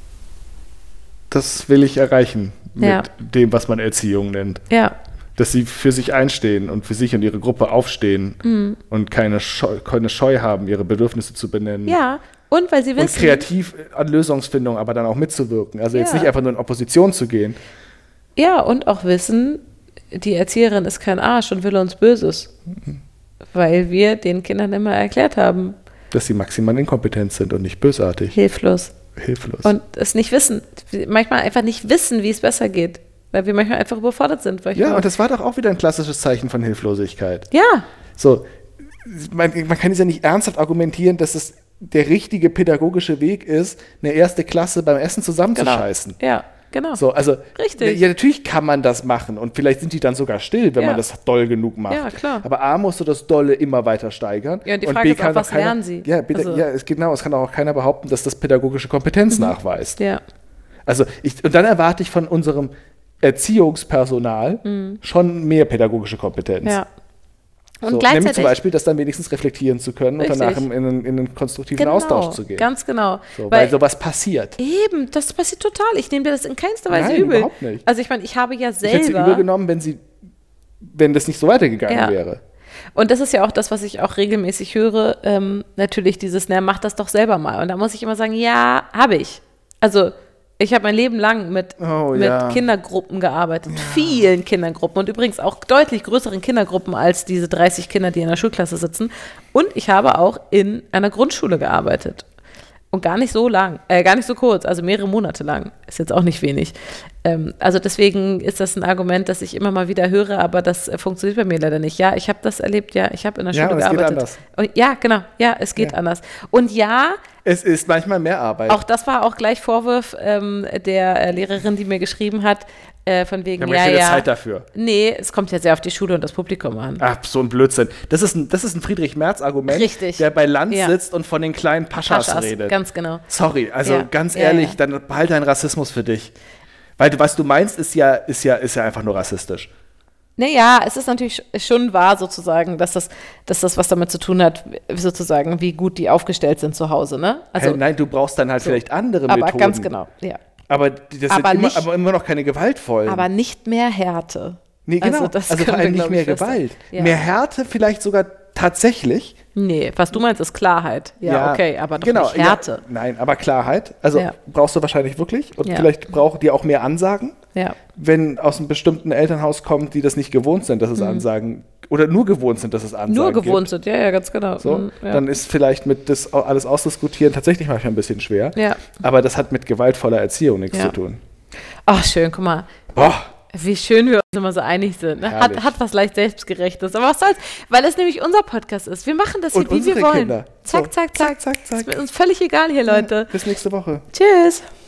das will ich erreichen mit ja. dem, was man Erziehung nennt. Ja. Dass sie für sich einstehen und für sich und ihre Gruppe aufstehen mhm. und keine Scheu, keine Scheu haben, ihre Bedürfnisse zu benennen. Ja, und weil sie wissen... Und kreativ an Lösungsfindung aber dann auch mitzuwirken. Also jetzt ja. nicht einfach nur in Opposition zu gehen. Ja, und auch wissen, die Erzieherin ist kein Arsch und will uns Böses. Mhm. Weil wir den Kindern immer erklärt haben. Dass sie maximal inkompetent sind und nicht bösartig. Hilflos. Hilflos. Und es nicht wissen. Manchmal einfach nicht wissen, wie es besser geht. Weil wir manchmal einfach überfordert sind. Weil ja, und das war doch auch wieder ein klassisches Zeichen von Hilflosigkeit. Ja. So, man, man kann es ja nicht ernsthaft argumentieren, dass es der richtige pädagogische Weg ist, eine erste Klasse beim Essen zusammenzuscheißen. Genau. Ja, genau. So, also, richtig. Ja, natürlich kann man das machen und vielleicht sind die dann sogar still, wenn ja. man das doll genug macht. Ja, klar. Aber A, musst du das Dolle immer weiter steigern. Ja, und die und Frage B, ist kann auch, was keiner, lernen sie? Ja, bitte, also. ja es, genau, es kann auch keiner behaupten, dass das pädagogische Kompetenz mhm. nachweist. Ja. Also, ich, und dann erwarte ich von unserem Erziehungspersonal mhm. schon mehr pädagogische Kompetenz. Ja. Und so, gleichzeitig, nämlich zum Beispiel, das dann wenigstens reflektieren zu können richtig. Und danach in, in, in einen konstruktiven genau, Austausch zu gehen. Ganz genau. So, weil, weil sowas passiert. Eben, das passiert total. Ich nehme dir das in keinster Weise Nein, übel. Überhaupt nicht. Also ich meine, ich habe ja selber... Ich hätte sie übel genommen, wenn, sie, wenn das nicht so weitergegangen ja. wäre. Und das ist ja auch das, was ich auch regelmäßig höre. Ähm, natürlich dieses, na, mach das doch selber mal. Und da muss ich immer sagen, ja, habe ich. Also... Ich habe mein Leben lang mit, oh, mit ja. Kindergruppen gearbeitet, ja. vielen Kindergruppen und übrigens auch deutlich größeren Kindergruppen als diese dreißig Kinder, die in der Schulklasse sitzen. Und ich habe auch in einer Grundschule gearbeitet. Und gar nicht so lang, äh, gar nicht so kurz, also mehrere Monate lang. Ist jetzt auch nicht wenig. Ähm, also deswegen ist das ein Argument, das ich immer mal wieder höre, aber das äh, funktioniert bei mir leider nicht. Ja, ich habe das erlebt, ja, ich habe in der ja, Schule und es gearbeitet. Geht anders. Und ja, genau, ja, es geht ja. anders. Und ja, es ist manchmal mehr Arbeit. Auch das war auch gleich Vorwurf ähm, der äh, Lehrerin, die mir geschrieben hat, äh, von wegen, ja, ja, ja. Zeit dafür. Nee, es kommt ja sehr auf die Schule und das Publikum an. Ach, so ein Blödsinn. Das ist ein, das ist ein Friedrich-Merz-Argument, Richtig. der bei Lanz ja. sitzt und von den kleinen Paschas, Paschas redet. Ganz genau. Sorry, also ja. ganz ja, ehrlich, ja. dann behalt deinen Rassismus für dich. Weil du, was du meinst, ist ja, ist ja, ist ja einfach nur rassistisch. Naja, es ist natürlich schon wahr sozusagen, dass das, dass das was damit zu tun hat, sozusagen, wie gut die aufgestellt sind zu Hause, ne? Also, hey, nein, du brauchst dann halt so, vielleicht andere aber Methoden. Aber ganz genau, ja. Aber das aber sind immer, nicht, aber immer noch keine gewaltvollen. Aber nicht mehr Härte. Nee, genau. Also, das also vor allem nicht mehr fester. Gewalt. Ja. Mehr Härte vielleicht sogar tatsächlich. Nee, was du meinst, ist Klarheit. Ja, ja okay, aber doch genau, nicht Härte. Ja, nein, aber Klarheit. Also ja. brauchst du wahrscheinlich wirklich. Und ja. vielleicht brauchen die auch mehr Ansagen. Ja. Wenn aus einem bestimmten Elternhaus kommt, die das nicht gewohnt sind, dass es mhm. Ansagen, oder nur gewohnt sind, dass es Ansagen Nur gewohnt gibt. sind, ja, ja, ganz genau. So, mhm, ja. Dann ist vielleicht mit das alles ausdiskutieren tatsächlich manchmal ein bisschen schwer. Ja. Aber das hat mit gewaltvoller Erziehung nichts ja. zu tun. Ach, schön, guck mal. Oh. Wie schön wir uns immer so einig sind. Ne? Hat, hat was leicht Selbstgerechtes. Aber was soll's? Weil es nämlich unser Podcast ist. Wir machen das hier, und wie wir wollen. Kinder. Zack, so. zack, zack, zack, zack, zack. Ist mir uns völlig egal hier, Leute. Ja, bis nächste Woche. Tschüss.